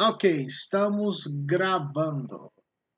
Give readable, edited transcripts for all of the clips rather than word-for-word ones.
Ok, estamos gravando.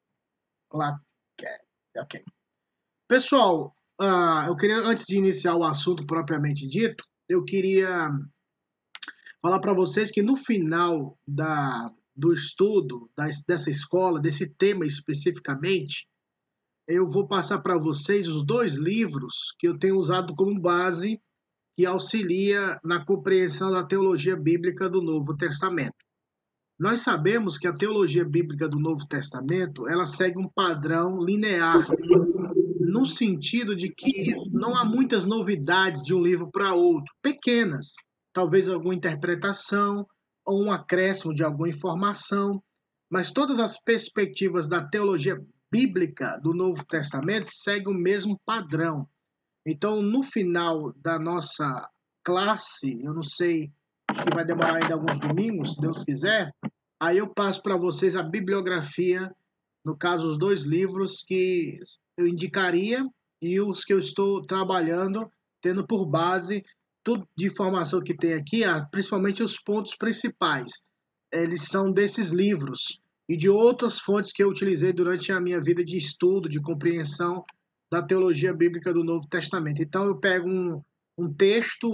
Ok. Pessoal, eu queria, antes de iniciar o assunto propriamente dito, eu queria falar para vocês que no final do estudo dessa escola, desse tema especificamente, eu vou passar para vocês os dois livros que eu tenho usado como base que auxilia na compreensão da teologia bíblica do Novo Testamento. Nós sabemos que a teologia bíblica do Novo Testamento, ela segue um padrão linear, no sentido de que não há muitas novidades de um livro para outro, pequenas, talvez alguma interpretação ou um acréscimo de alguma informação, mas todas as perspectivas da teologia bíblica do Novo Testamento seguem o mesmo padrão. Então, no final da nossa classe, eu não sei, acho que vai demorar ainda alguns domingos, se Deus quiser, aí eu passo para vocês a bibliografia, no caso, os dois livros que eu indicaria e os que eu estou trabalhando, tendo por base tudo de informação que tem aqui, principalmente os pontos principais. Eles são desses livros e de outras fontes que eu utilizei durante a minha vida de estudo, de compreensão da teologia bíblica do Novo Testamento. Então eu pego um texto,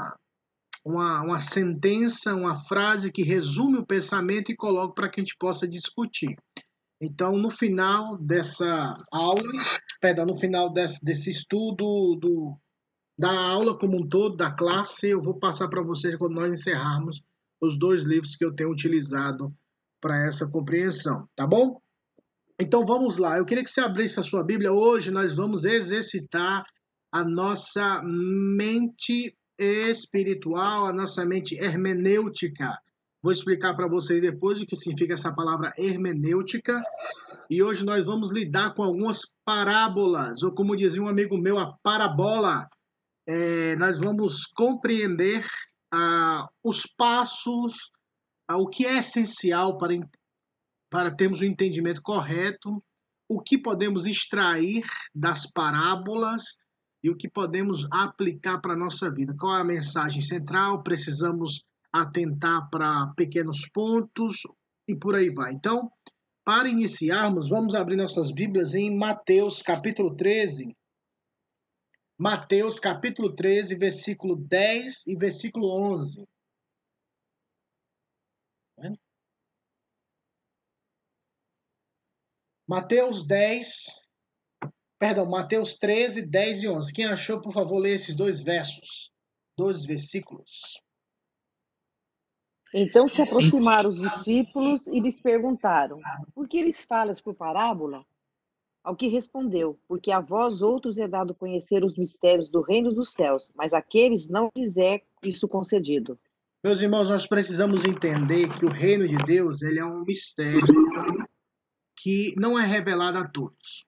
uma sentença, uma frase que resume o pensamento e coloco para que a gente possa discutir. Então, no final dessa aula, no final desse estudo da aula como um todo, da classe, eu vou passar para vocês quando nós encerrarmos os dois livros que eu tenho utilizado para essa compreensão, tá bom? Então vamos lá, eu queria que você abrisse a sua Bíblia. Hoje nós vamos exercitar a nossa mente espiritual, a nossa mente hermenêutica. Vou explicar para vocês depois o que significa essa palavra hermenêutica. E hoje nós vamos lidar com algumas parábolas, ou como dizia um amigo meu, a parabola. Nós vamos compreender os passos, o que é essencial para termos o entendimento correto, o que podemos extrair das parábolas e o que podemos aplicar para a nossa vida. Qual é a mensagem central? Precisamos atentar para pequenos pontos e por aí vai. Então, para iniciarmos, vamos abrir nossas Bíblias em Mateus capítulo 13. Mateus capítulo 13, versículo 10 e versículo 11. Mateus 13, 10 e 11. Quem achou, por favor, lê esses dois versículos. Então se aproximaram os discípulos e lhes perguntaram: por que lhes falas por parábola? Ao que respondeu: porque a vós outros é dado conhecer os mistérios do reino dos céus, mas àqueles não lhes é isso concedido. Meus irmãos, nós precisamos entender que o reino de Deus, ele é um mistério que não é revelado a todos.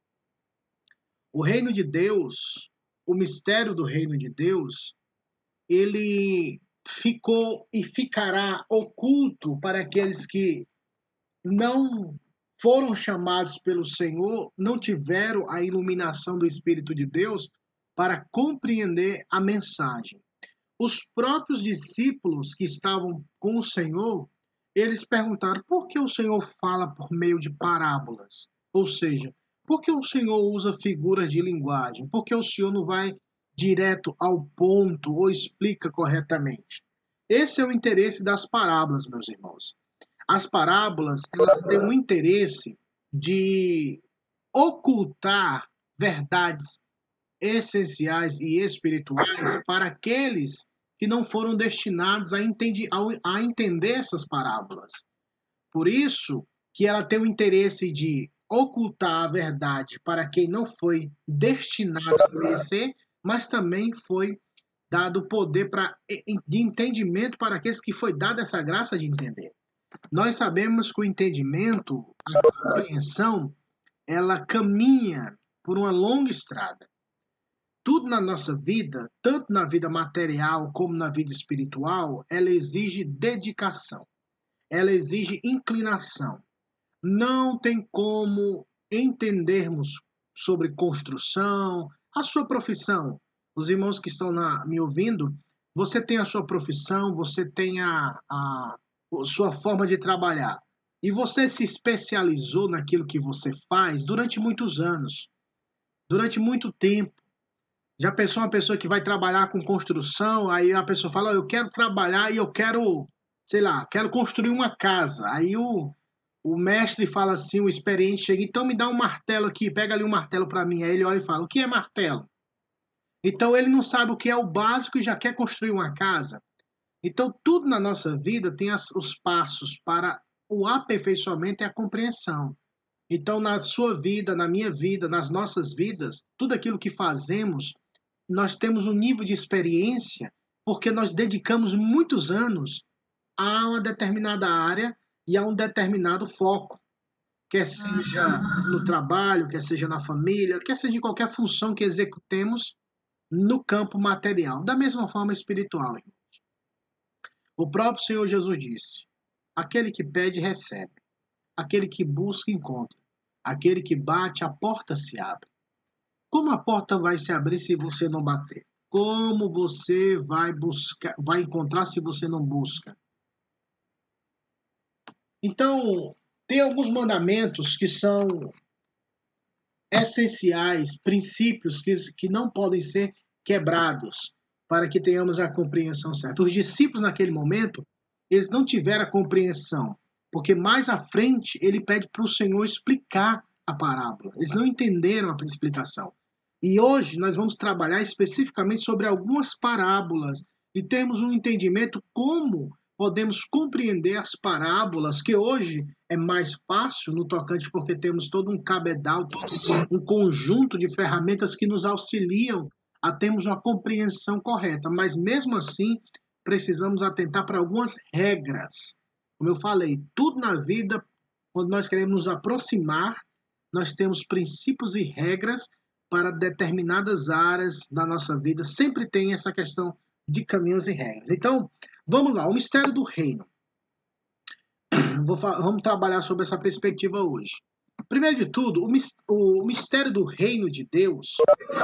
O reino de Deus, o mistério do reino de Deus, ele ficou e ficará oculto para aqueles que não foram chamados pelo Senhor, não tiveram a iluminação do Espírito de Deus para compreender a mensagem. Os próprios discípulos que estavam com o Senhor, eles perguntaram por que o Senhor fala por meio de parábolas? Ou seja, por que o Senhor usa figuras de linguagem? Por que o Senhor não vai direto ao ponto ou explica corretamente? Esse é o interesse das parábolas, meus irmãos. As parábolas, elas têm um interesse de ocultar verdades essenciais e espirituais para aqueles que não foram destinados a entender essas parábolas. Por isso que ela tem o interesse de ocultar a verdade para quem não foi destinado a conhecer, mas também foi dado poder de entendimento para aqueles que foi dada essa graça de entender. Nós sabemos que o entendimento, a compreensão, ela caminha por uma longa estrada. Tudo na nossa vida, tanto na vida material como na vida espiritual, ela exige dedicação, ela exige inclinação. Não tem como entendermos sobre construção, a sua profissão. Os irmãos que estão me ouvindo, você tem a sua profissão, você tem sua forma de trabalhar, e você se especializou naquilo que você faz durante muitos anos, durante muito tempo. Já pensou uma pessoa que vai trabalhar com construção, aí a pessoa fala, eu quero trabalhar e eu quero, sei lá, quero construir uma casa. Aí o mestre fala assim, o experiente chega, então me dá um martelo aqui, pega ali um martelo para mim. Aí ele olha e fala, o que é martelo? Então ele não sabe o que é o básico e já quer construir uma casa. Então tudo na nossa vida tem os passos para o aperfeiçoamento e a compreensão. Então na sua vida, na minha vida, nas nossas vidas, tudo aquilo que fazemos, nós temos um nível de experiência porque nós dedicamos muitos anos a uma determinada área e a um determinado foco, quer seja no trabalho, quer seja na família, quer seja em qualquer função que executemos no campo material, da mesma forma espiritual. O próprio Senhor Jesus disse: aquele que pede, recebe, aquele que busca, encontra, aquele que bate, a porta se abre. Como a porta vai se abrir se você não bater? Como você vai buscar, vai encontrar se você não busca? Então, tem alguns mandamentos que são essenciais, princípios que não podem ser quebrados para que tenhamos a compreensão certa. Os discípulos naquele momento, eles não tiveram a compreensão, porque mais à frente ele pede para o Senhor explicar a parábola. Eles não entenderam a explicação. E hoje nós vamos trabalhar especificamente sobre algumas parábolas e temos um entendimento como podemos compreender as parábolas, que hoje é mais fácil no tocante porque temos todo um cabedal, todo um conjunto de ferramentas que nos auxiliam a termos uma compreensão correta, mas mesmo assim precisamos atentar para algumas regras. Como eu falei, tudo na vida, quando nós queremos nos aproximar, nós temos princípios e regras para determinadas áreas da nossa vida, sempre tem essa questão de caminhos e regras. Então, vamos lá, o mistério do reino. Vamos trabalhar sobre essa perspectiva hoje. Primeiro de tudo, o mistério do reino de Deus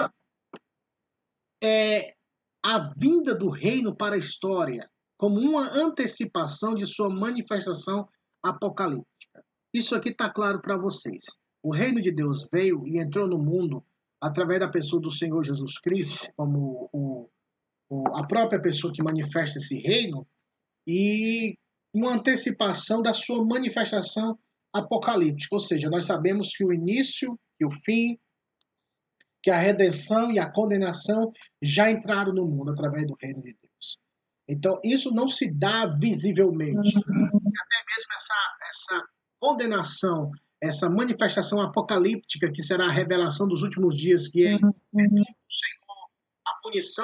é a vinda do reino para a história, como uma antecipação de sua manifestação apocalíptica. Isso aqui está claro para vocês. O reino de Deus veio e entrou no mundo através da pessoa do Senhor Jesus Cristo, como a própria pessoa que manifesta esse reino, e uma antecipação da sua manifestação apocalíptica. Ou seja, nós sabemos que o início e o fim, que a redenção e a condenação já entraram no mundo através do reino de Deus. Então, isso não se dá visivelmente. E até mesmo essa condenação, essa manifestação apocalíptica, que será a revelação dos últimos dias, que é o Senhor, a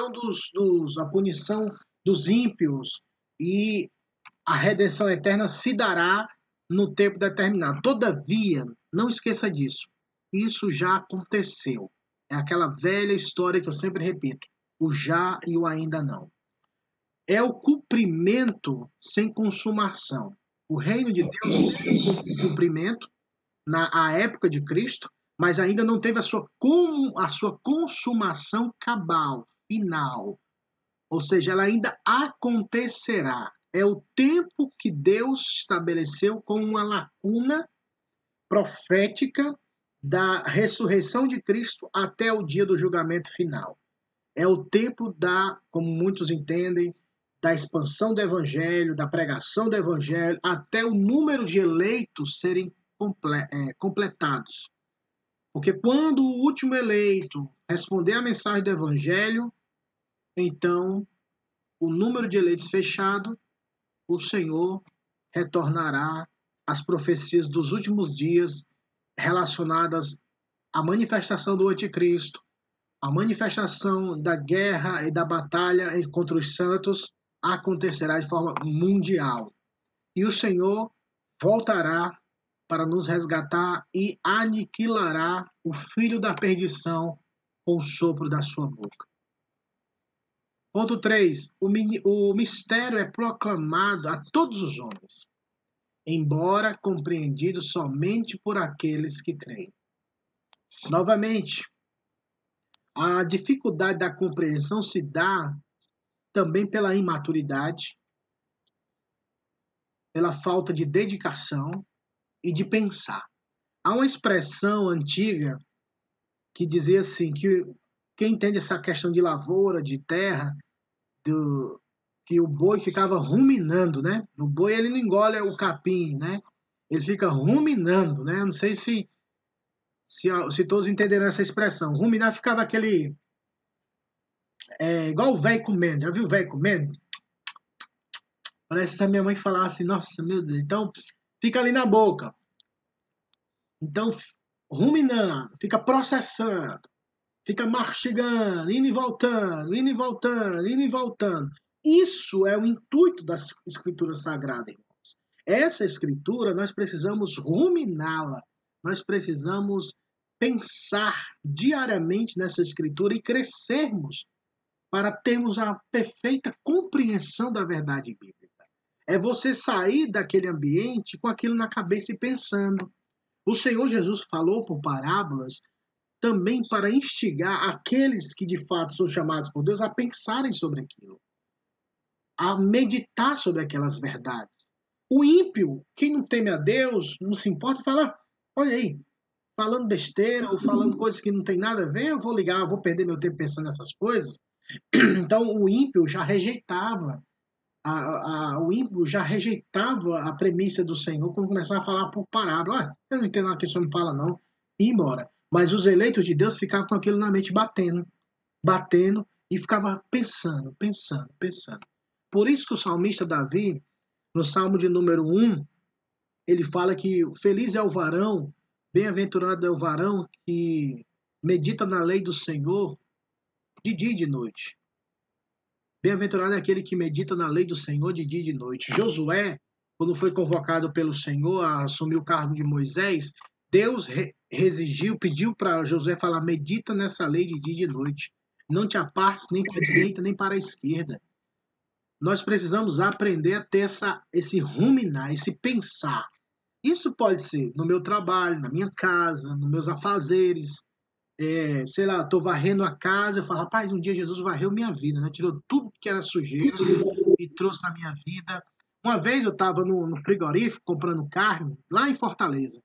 punição dos ímpios e a redenção eterna se dará no tempo determinado. Todavia, não esqueça disso. Isso já aconteceu. É aquela velha história que eu sempre repito. O já e o ainda não. É o cumprimento sem consumação. O reino de Deus teve um cumprimento na época de Cristo, mas ainda não teve a sua consumação cabal, final. Ou seja, ela ainda acontecerá. É o tempo que Deus estabeleceu com uma lacuna profética da ressurreição de Cristo até o dia do julgamento final. É o tempo como muitos entendem, da expansão do evangelho, da pregação do evangelho, até o número de eleitos serem completados. Porque quando o último eleito responder à mensagem do evangelho, então o número de eleitos fechado, o Senhor retornará às profecias dos últimos dias relacionadas à manifestação do anticristo, a manifestação da guerra e da batalha contra os santos acontecerá de forma mundial. E o Senhor voltará para nos resgatar e aniquilará o filho da perdição com o sopro da sua boca. Ponto 3. O mistério é proclamado a todos os homens, embora compreendido somente por aqueles que creem. Novamente, a dificuldade da compreensão se dá também pela imaturidade, pela falta de dedicação e de pensar. Há uma expressão antiga que dizia assim, que quem entende essa questão de lavoura, de terra, que o boi ficava ruminando, né? O boi ele não engole o capim, né? Ele fica ruminando, né? Não sei se todos entenderam essa expressão. Ruminar ficava aquele igual o velho comendo. Já viu o velho comendo? Parece que a minha mãe falasse, nossa, meu Deus. Então, fica ali na boca. Então, ruminando, fica processando, fica mastigando, indo e voltando, indo e voltando, indo e voltando. Isso é o intuito da Escritura Sagrada, irmãos. Essa Escritura, nós precisamos ruminá-la, nós precisamos pensar diariamente nessa Escritura e crescermos para termos a perfeita compreensão da verdade bíblica. É você sair daquele ambiente com aquilo na cabeça e pensando. O Senhor Jesus falou por parábolas também para instigar aqueles que de fato são chamados por Deus a pensarem sobre aquilo, a meditar sobre aquelas verdades. O ímpio, quem não teme a Deus, não se importa, fala, olha aí, falando besteira ou falando coisas que não tem nada a ver, eu vou ligar, eu vou perder meu tempo pensando nessas coisas. Então o ímpio já rejeitava o ímpio já rejeitava a premissa do Senhor quando começava a falar por parábola. Olha, eu não entendo nada que o Senhor me fala, não. E ia embora. Mas os eleitos de Deus ficavam com aquilo na mente batendo, batendo, e ficava pensando, pensando, pensando. Por isso que o salmista Davi, no Salmo de número 1, ele fala que feliz é o varão, bem-aventurado é o varão que medita na lei do Senhor de dia e de noite. Bem-aventurado é aquele que medita na lei do Senhor de dia e de noite. Josué, quando foi convocado pelo Senhor a assumir o cargo de Moisés, Deus exigiu, pediu para Josué falar, medita nessa lei de dia e de noite. Não te apartes nem para a direita, nem para a esquerda. Nós precisamos aprender a ter esse ruminar, esse pensar. Isso pode ser no meu trabalho, na minha casa, nos meus afazeres, sei lá, estou varrendo a casa, eu falo, rapaz, um dia Jesus varreu minha vida, né? Tirou tudo que era sujeira e trouxe na minha vida. Uma vez eu estava no frigorífico comprando carne, lá em Fortaleza.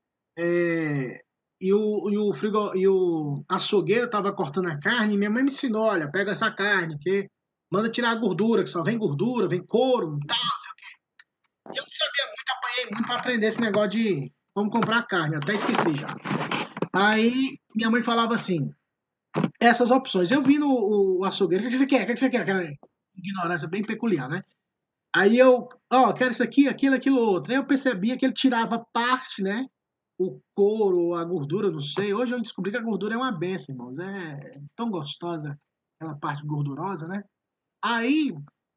E o açougueiro estava cortando a carne e minha mãe me ensinou, olha, pega essa carne, que manda tirar a gordura, que só vem gordura, vem couro e tal, não sei o quê. Eu não sabia muito, apanhei muito para aprender esse negócio de como comprar carne, até esqueci já. Aí minha mãe falava assim, essas opções. Eu vi no açougueiro, o que você quer? O que você quer? Aquela ignorância bem peculiar, né? Aí eu, quero isso aqui, aquilo outro. Aí eu percebia que ele tirava parte, né? O couro, a gordura, não sei. Hoje eu descobri que a gordura é uma benção, irmãos. É tão gostosa aquela parte gordurosa, né? Aí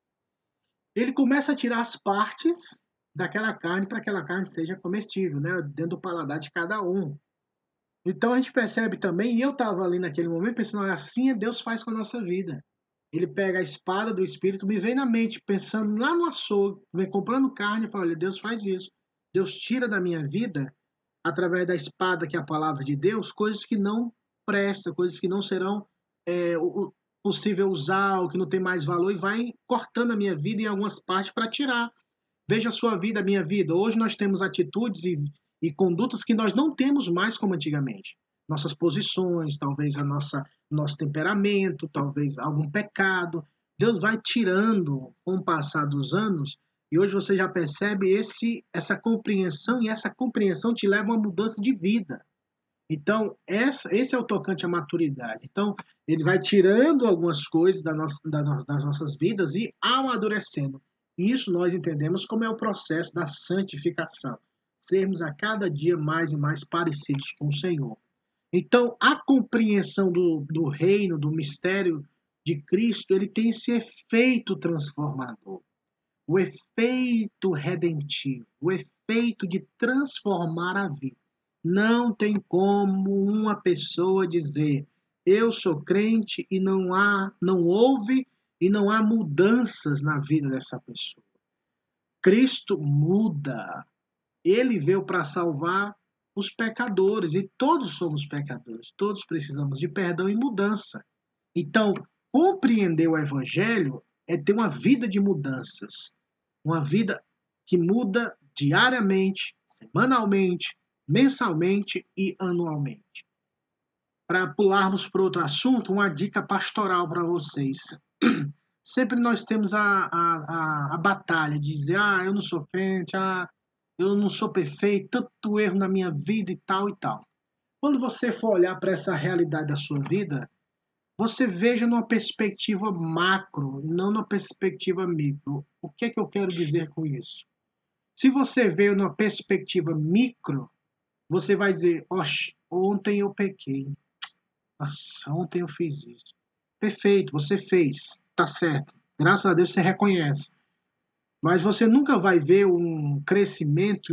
ele começa a tirar as partes daquela carne para que aquela carne seja comestível, né? Dentro do paladar de cada um. Então a gente percebe também, e eu estava ali naquele momento pensando, olha, assim Deus faz com a nossa vida. Ele pega a espada do Espírito, me vem na mente, pensando lá no açougue, vem comprando carne e fala, olha, Deus faz isso. Deus tira da minha vida, através da espada que é a palavra de Deus, coisas que não prestam, coisas que não serão possível usar, ou que não tem mais valor, e vai cortando a minha vida em algumas partes para tirar. Veja a sua vida, a minha vida. Hoje nós temos atitudes e condutas que nós não temos mais como antigamente. Nossas posições, talvez nosso temperamento, talvez algum pecado. Deus vai tirando com o passar dos anos e hoje você já percebe essa compreensão e essa compreensão te leva a uma mudança de vida. Então, esse é o tocante à maturidade. Então, ele vai tirando algumas coisas das nossas vidas e amadurecendo. Isso nós entendemos como é o processo da santificação. Sermos a cada dia mais e mais parecidos com o Senhor. Então, a compreensão do reino, do mistério de Cristo, ele tem esse efeito transformador. O efeito redentivo, o efeito de transformar a vida. Não tem como uma pessoa dizer eu sou crente e não houve e não há mudanças na vida dessa pessoa. Cristo muda. Ele veio para salvar os pecadores e todos somos pecadores. Todos precisamos de perdão e mudança. Então, compreender o evangelho é ter uma vida de mudanças, uma vida que muda diariamente, semanalmente, mensalmente e anualmente. Para pularmos para outro assunto, uma dica pastoral para vocês. Sempre nós temos a batalha de dizer, eu não sou crente, eu não sou perfeito, tanto erro na minha vida e tal e tal. Quando você for olhar para essa realidade da sua vida, você veja numa perspectiva macro, não numa perspectiva micro. O que é que eu quero dizer com isso? Se você vê numa perspectiva micro, você vai dizer, oxe, ontem eu pequei. Nossa, ontem eu fiz isso. Perfeito, você fez, tá certo. Graças a Deus você reconhece. Mas você nunca vai ver um crescimento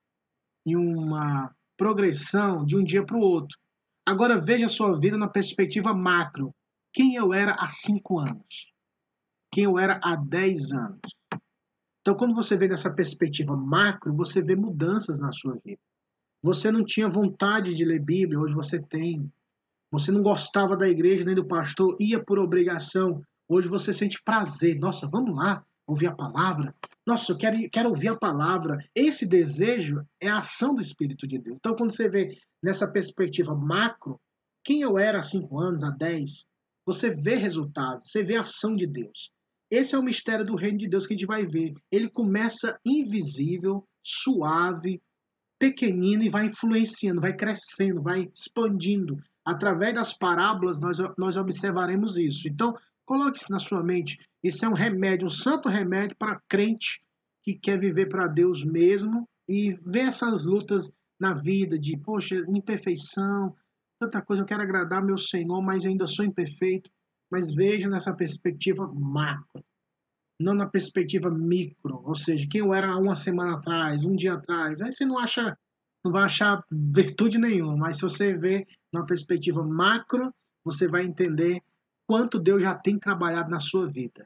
em uma progressão de um dia para o outro. Agora veja a sua vida na perspectiva macro. Quem eu era há 5 anos? Quem eu era há 10 anos? Então, quando você vê nessa perspectiva macro, você vê mudanças na sua vida. Você não tinha vontade de ler Bíblia, hoje você tem. Você não gostava da igreja nem do pastor, ia por obrigação. Hoje você sente prazer. Nossa, vamos lá ouvir a palavra. Nossa, eu quero ouvir a palavra. Esse desejo é a ação do Espírito de Deus. Então, quando você vê nessa perspectiva macro, quem eu era há 5 anos, há 10, você vê resultado, você vê a ação de Deus. Esse é o mistério do reino de Deus que a gente vai ver. Ele começa invisível, suave, pequenino e vai influenciando, vai crescendo, vai expandindo. Através das parábolas, nós observaremos isso. Então, coloque isso na sua mente. Isso é um remédio, um santo remédio para crente que quer viver para Deus mesmo e ver essas lutas na vida de, poxa, imperfeição, tanta coisa, eu quero agradar meu Senhor, mas ainda sou imperfeito. Mas veja nessa perspectiva macro, não na perspectiva micro, ou seja, quem eu era uma semana atrás, um dia atrás. Aí você não vai achar virtude nenhuma, mas se você vê na perspectiva macro, você vai entender quanto Deus já tem trabalhado na sua vida.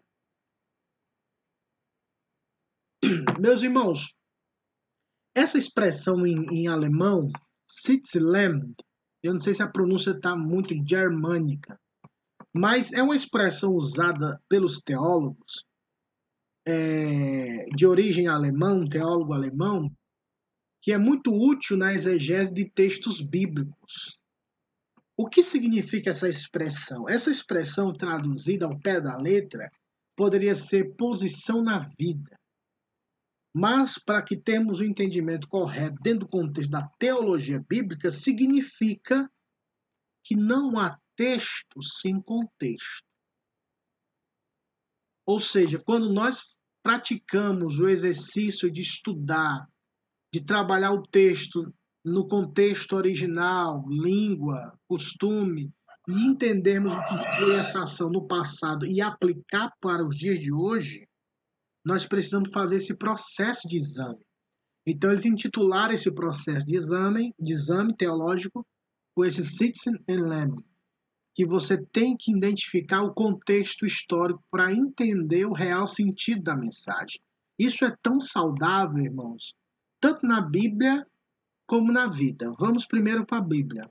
Meus irmãos, essa expressão em alemão, Sitzland, eu não sei se a pronúncia está muito germânica, mas é uma expressão usada pelos teólogos de origem alemã, um teólogo alemão, que é muito útil na exegese de textos bíblicos. O que significa essa expressão? Essa expressão traduzida ao pé da letra poderia ser posição na vida. Mas, para que tenhamos o entendimento correto dentro do contexto da teologia bíblica, significa que não há texto sem contexto. Ou seja, quando nós praticamos o exercício de estudar, de trabalhar o texto no contexto original, língua, costume, e entendermos o que foi essa ação no passado e aplicar para os dias de hoje, nós precisamos fazer esse processo de exame. Então, eles intitularam esse processo de exame teológico, com esse Sitzen and Lem, que você tem que identificar o contexto histórico para entender o real sentido da mensagem. Isso é tão saudável, irmãos, tanto na Bíblia como na vida. Vamos primeiro para a Bíblia.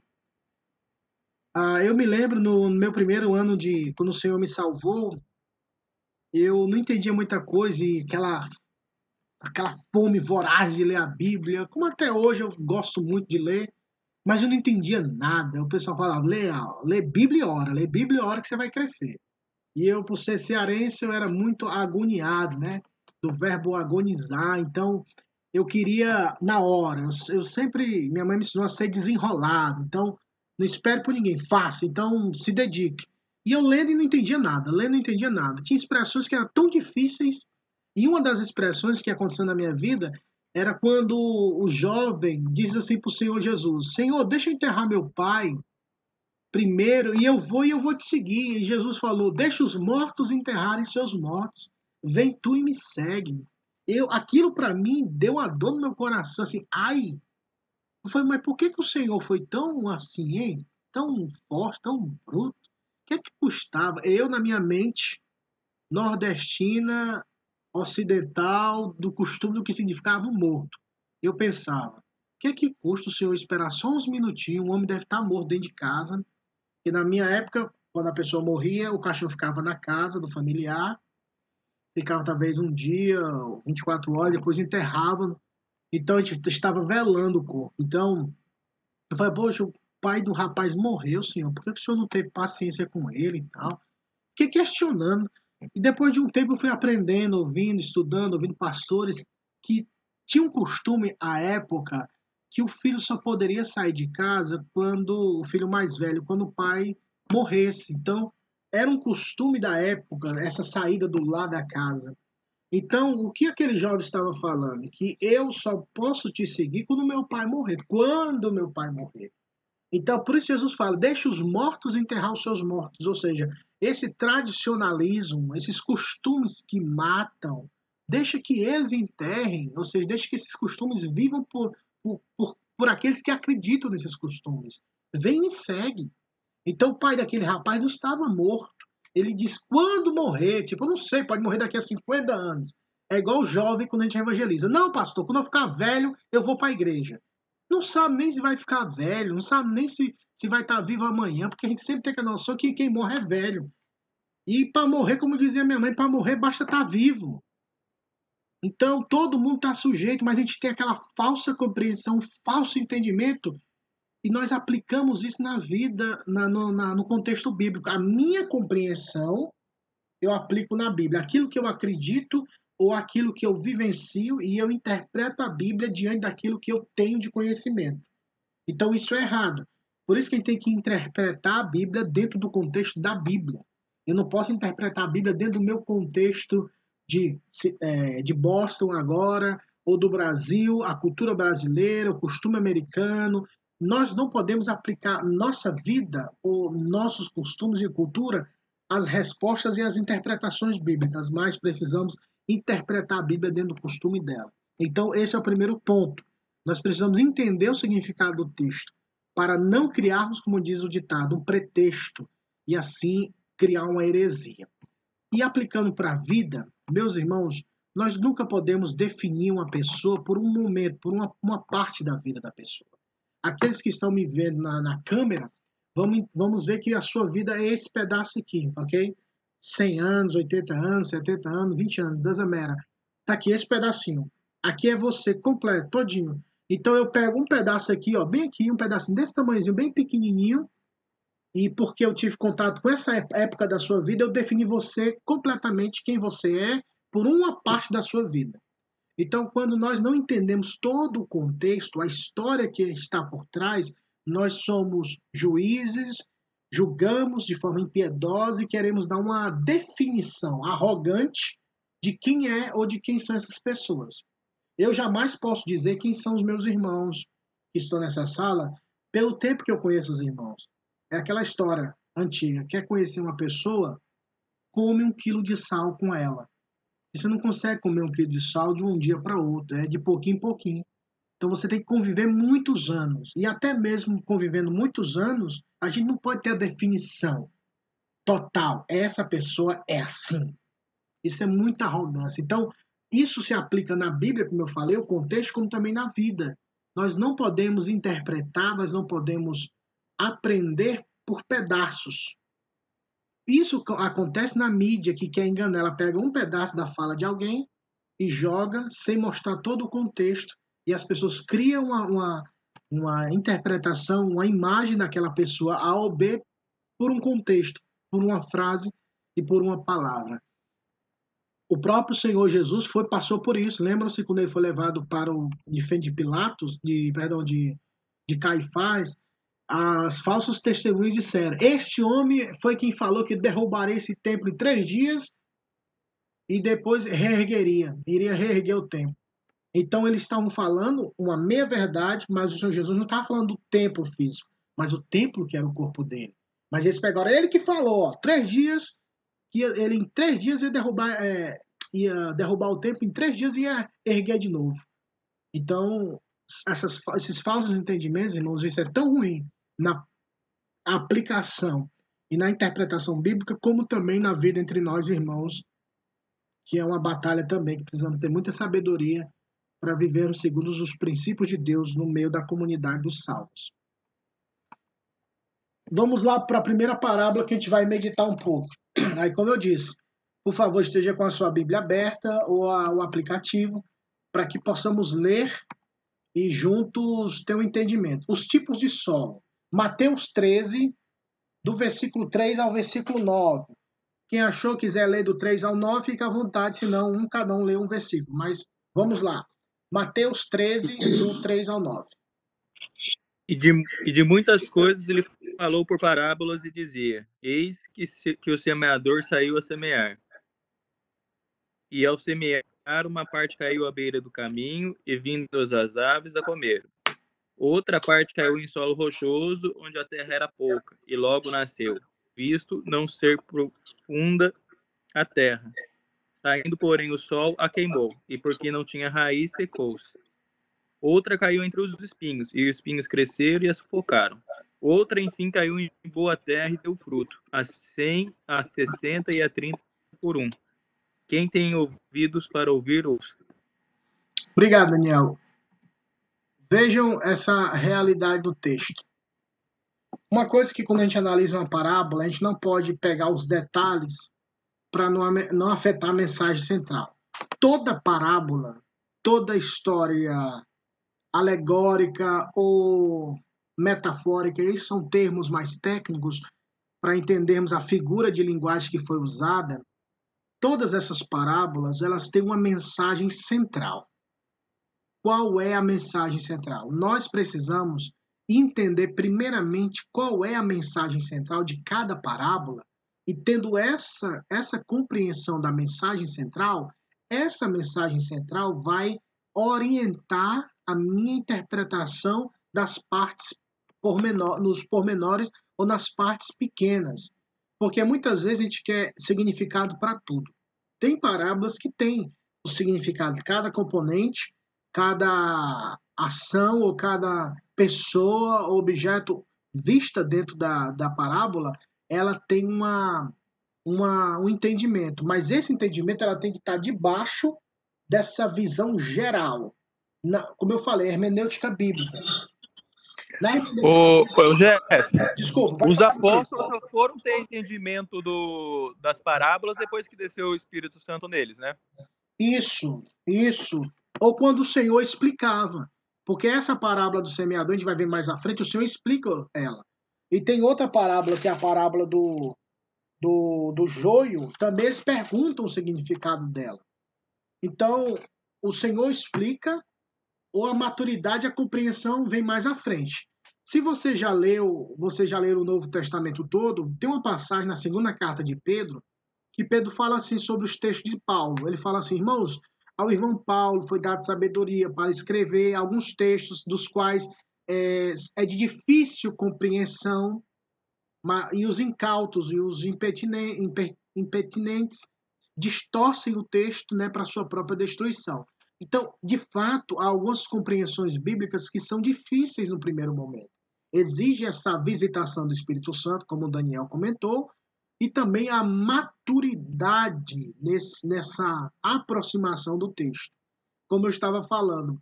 Eu me lembro no meu primeiro ano quando o Senhor me salvou, eu não entendia muita coisa e aquela fome voraz de ler a Bíblia, como até hoje eu gosto muito de ler, mas eu não entendia nada. O pessoal falava, lê Bíblia e ora que você vai crescer. E eu, por ser cearense, eu era muito agoniado, né? Do verbo agonizar. Então, eu queria na hora. Eu sempre, minha mãe me ensinou a ser desenrolado. Então, não espere por ninguém, faça. Então, se dedique. E eu lendo e não entendia nada, lendo e não entendia nada. Tinha expressões que eram tão difíceis. E uma das expressões que aconteceu na minha vida era quando o jovem diz assim para o Senhor Jesus: Senhor, deixa eu enterrar meu pai primeiro e eu vou te seguir. E Jesus falou: deixa os mortos enterrarem seus mortos. Vem tu e me segue. Aquilo para mim deu uma dor no meu coração, assim, ai. Eu falei, mas por que o Senhor foi tão assim, hein? Tão forte, tão bruto? O que é que custava? Eu, na minha mente nordestina, ocidental, do costume do que significava um morto, eu pensava, o que é que custa o Senhor esperar só uns minutinhos? O homem deve estar morto dentro de casa. E na minha época, quando a pessoa morria, o caixão ficava na casa do familiar ficava talvez um dia, 24 horas, depois enterrava. Então a gente estava velando o corpo. Então eu falei, poxa, o pai do rapaz morreu, senhor, por que o senhor não teve paciência com ele e tal? Fiquei questionando. E depois de um tempo eu fui aprendendo, ouvindo, estudando, ouvindo pastores que tinham um costume à época que o filho só poderia sair de casa quando o filho mais velho, quando o pai morresse. Então, era um costume da época essa saída do lado da casa. Então, o que aquele jovem estava falando? Que eu só posso te seguir quando meu pai morrer. Quando meu pai morrer. Então, por isso Jesus fala: deixe os mortos enterrar os seus mortos. Ou seja, esse tradicionalismo, esses costumes que matam, deixa que eles enterrem. Ou seja, deixa que esses costumes vivam por aqueles que acreditam nesses costumes. Vem e me segue. Então, o pai daquele rapaz não estava morto. Ele diz: quando morrer, tipo, eu não sei, pode morrer daqui a 50 anos. É igual o jovem quando a gente evangeliza. Não, pastor, quando eu ficar velho, eu vou para a igreja. Não sabe nem se vai ficar velho, não sabe nem se vai estar vivo amanhã, porque a gente sempre tem a noção que quem morre é velho. E para morrer, como dizia minha mãe, para morrer basta estar vivo. Então todo mundo está sujeito, mas a gente tem aquela falsa compreensão, falso entendimento, e nós aplicamos isso na vida, no contexto bíblico. A minha compreensão eu aplico na Bíblia. Aquilo que eu acredito ou aquilo que eu vivencio e eu interpreto a Bíblia diante daquilo que eu tenho de conhecimento. Então isso é errado. Por isso que a gente tem que interpretar a Bíblia dentro do contexto da Bíblia. Eu não posso interpretar a Bíblia dentro do meu contexto de Boston agora, ou do Brasil, a cultura brasileira, o costume americano. Nós não podemos aplicar nossa vida ou nossos costumes e cultura às respostas e às interpretações bíblicas, mas precisamos interpretar a Bíblia dentro do costume dela. Então, esse é o primeiro ponto. Nós precisamos entender o significado do texto para não criarmos, como diz o ditado, um pretexto e assim criar uma heresia. E aplicando para a vida, meus irmãos, nós nunca podemos definir uma pessoa por um momento, por uma parte da vida da pessoa. Aqueles que estão me vendo na câmera, vamos ver que a sua vida é esse pedaço aqui, ok? 100 anos, 80 anos, 70 anos, 20 anos, doesn't matter. Tá aqui esse pedacinho. Aqui é você completo, todinho. Então eu pego um pedaço aqui, ó, bem aqui, um pedacinho desse tamanhozinho, bem pequenininho, e porque eu tive contato com essa época da sua vida, eu defini você completamente quem você é por uma parte da sua vida. Então, quando nós não entendemos todo o contexto, a história que está por trás, nós somos juízes, julgamos de forma impiedosa e queremos dar uma definição arrogante de quem é ou de quem são essas pessoas. Eu jamais posso dizer quem são os meus irmãos que estão nessa sala pelo tempo que eu conheço os irmãos. É aquela história antiga. Quer conhecer uma pessoa? Come 1 quilo de sal com ela. E você não consegue comer 1 quilo de sal de um dia para outro. É de pouquinho em pouquinho. Então você tem que conviver muitos anos. E até mesmo convivendo muitos anos, a gente não pode ter a definição total. Essa pessoa é assim. Isso é muita arrogância. Então, isso se aplica na Bíblia, como eu falei, o contexto, como também na vida. Nós não podemos interpretar, nós não podemos aprender por pedaços. Isso acontece na mídia, que quer enganar. Ela pega um pedaço da fala de alguém e joga sem mostrar todo o contexto. E as pessoas criam uma interpretação, uma imagem daquela pessoa A ou B por um contexto, por uma frase e por uma palavra. O próprio Senhor Jesus passou por isso. Lembram-se quando ele foi levado para o de Pilatos, de Caifás, as falsos testemunhos disseram: este homem foi quem falou que derrubaria esse templo em 3 dias e depois iria reerguer o templo. Então eles estavam falando uma meia-verdade, mas o Senhor Jesus não estava falando do templo físico, mas o templo que era o corpo dele. Mas eles pegaram ele que falou, 3 dias, que ele em 3 dias ia derrubar o templo, em 3 dias ia erguer de novo. Então, esses falsos entendimentos, irmãos, isso é tão ruim na aplicação e na interpretação bíblica, como também na vida entre nós irmãos, que é uma batalha também, que precisamos ter muita sabedoria para vivermos segundo os princípios de Deus no meio da comunidade dos salvos. Vamos lá para a primeira parábola que a gente vai meditar um pouco. Aí, como eu disse, Por favor, esteja com a sua Bíblia aberta ou o aplicativo para que possamos ler e juntos ter um entendimento. Os tipos de solo. Mateus 13, do versículo 3 ao versículo 9. Quem achou, quiser ler do 3 ao 9, fica à vontade, senão cada um lê um versículo. Mas vamos lá. Mateus 13, do 3 ao 9. E de muitas coisas ele falou por parábolas e dizia: Eis que o semeador saiu a semear. E ao semear, uma parte caiu à beira do caminho, e vindo as aves a comer. Outra parte caiu em solo rochoso, onde a terra era pouca, e logo nasceu, visto não ser profunda a terra. Saindo, porém, o sol a queimou, e porque não tinha raiz, secou-se. Outra caiu entre os espinhos, e os espinhos cresceram e a sufocaram. Outra, enfim, caiu em boa terra e deu fruto, a 100, a 60 e a 30 por um. Quem tem ouvidos para ouvir, ouça. Obrigado, Daniel. Vejam essa realidade do texto. Uma coisa que quando a gente analisa uma parábola, a gente não pode pegar os detalhes para não afetar a mensagem central. Toda parábola, toda história alegórica ou metafórica, esses são termos mais técnicos para entendermos a figura de linguagem que foi usada. Todas essas parábolas, elas têm uma mensagem central. Qual é a mensagem central? Nós precisamos entender primeiramente qual é a mensagem central de cada parábola e tendo essa compreensão da mensagem central, essa mensagem central vai orientar a minha interpretação das partes nos pormenores ou nas partes pequenas. Porque muitas vezes a gente quer significado para tudo. Tem parábolas que têm o significado de cada componente, cada ação ou cada pessoa ou objeto vista dentro da parábola, ela tem um entendimento. Mas esse entendimento ela tem que estar debaixo dessa visão geral. Como eu falei, hermenêutica bíblica. Desculpa. Os apóstolos só foram ter entendimento das parábolas depois que desceu o Espírito Santo neles, né? Isso. Ou quando o Senhor explicava. Porque essa parábola do semeador, a gente vai ver mais à frente, o Senhor explica ela. E tem outra parábola, que é a parábola do joio, também eles perguntam o significado dela. Então, o Senhor explica, ou a maturidade, a compreensão vem mais à frente. Se você já leu o Novo Testamento todo, tem uma passagem na segunda carta de Pedro, que Pedro fala assim sobre os textos de Paulo. Ele fala assim, irmãos, ao irmão Paulo foi dada sabedoria para escrever alguns textos dos quais é de difícil compreensão, e os incautos e os impertinentes distorcem o texto, né, para sua própria destruição. Então, de fato, há algumas compreensões bíblicas que são difíceis no primeiro momento. Exige essa visitação do Espírito Santo, como o Daniel comentou, e também a maturidade nessa aproximação do texto. Como eu estava falando,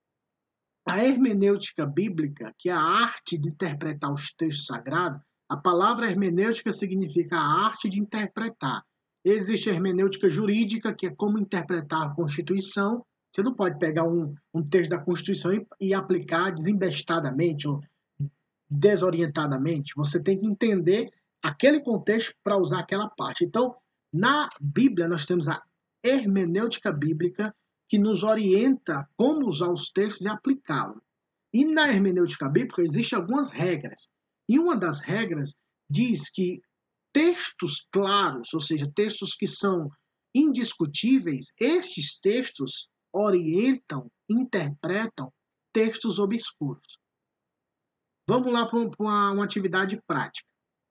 a hermenêutica bíblica, que é a arte de interpretar os textos sagrados, a palavra hermenêutica significa a arte de interpretar. Existe a hermenêutica jurídica, que é como interpretar a Constituição. Você não pode pegar um texto da Constituição e aplicar desembestadamente ou desorientadamente. Você tem que entender aquele contexto para usar aquela parte. Então, na Bíblia, nós temos a hermenêutica bíblica, que nos orienta como usar os textos e aplicá-los. E na hermenêutica bíblica existem algumas regras. E uma das regras diz que textos claros, ou seja, textos que são indiscutíveis, estes textos orientam, interpretam textos obscuros. Vamos lá para uma atividade prática.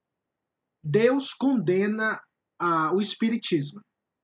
Deus condena o espiritismo.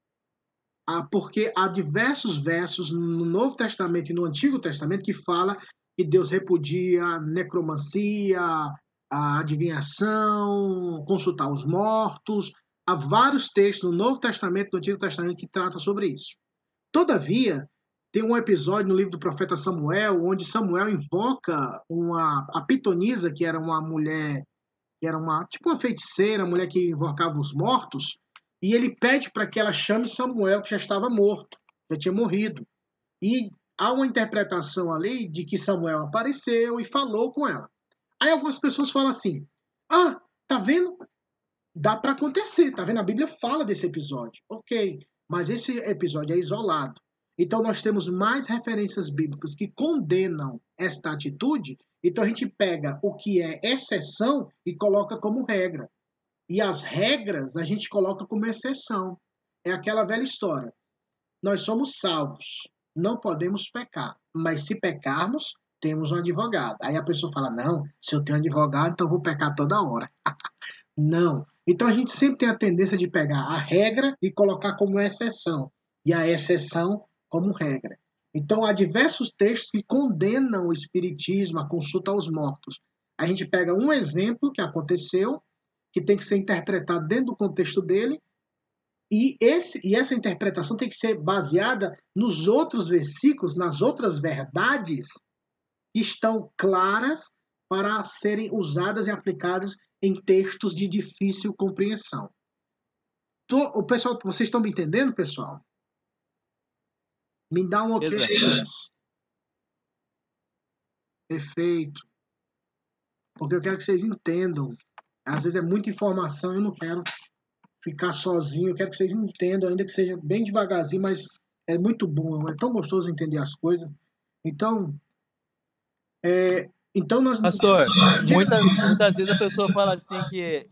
Porque há diversos versos no Novo Testamento e no Antigo Testamento que fala que Deus repudia a necromancia, a adivinhação, consultar os mortos. Há vários textos no Novo Testamento e no Antigo Testamento que tratam sobre isso. Todavia, tem um episódio no livro do profeta Samuel, onde Samuel invoca a pitonisa, que era uma mulher, que era tipo uma feiticeira, uma mulher que invocava os mortos, E ele pede para que ela chame Samuel, que já estava morto, já tinha morrido. E há uma interpretação ali de que Samuel apareceu e falou com ela. Aí algumas pessoas falam assim: ah, tá vendo? Dá para acontecer, tá vendo? A Bíblia fala desse episódio. Ok, mas esse episódio é isolado. Então nós temos mais referências bíblicas que condenam esta atitude. Então a gente pega o que é exceção e coloca como regra. E as regras a gente coloca como exceção. É aquela velha história. Nós somos salvos, não podemos pecar. Mas se pecarmos, temos um advogado. Aí a pessoa fala: não, se eu tenho advogado, então eu vou pecar toda hora. Não. Então a gente sempre tem a tendência de pegar a regra e colocar como exceção, e a exceção como regra. Então há diversos textos que condenam o espiritismo, a consulta aos mortos. A gente pega um exemplo que aconteceu, que tem que ser interpretado dentro do contexto dele, e essa interpretação tem que ser baseada nos outros versículos, nas outras verdades que estão claras para serem usadas e aplicadas em textos de difícil compreensão. O pessoal, vocês estão me entendendo, pessoal? Me dá um ok. Perfeito. Porque eu quero que vocês entendam. Às vezes é muita informação, eu não quero ficar sozinho, eu quero que vocês entendam, ainda que seja bem devagarzinho, mas é muito bom, é tão gostoso entender as coisas. Então, nós... Pastor, muitas vezes a pessoa fala assim que...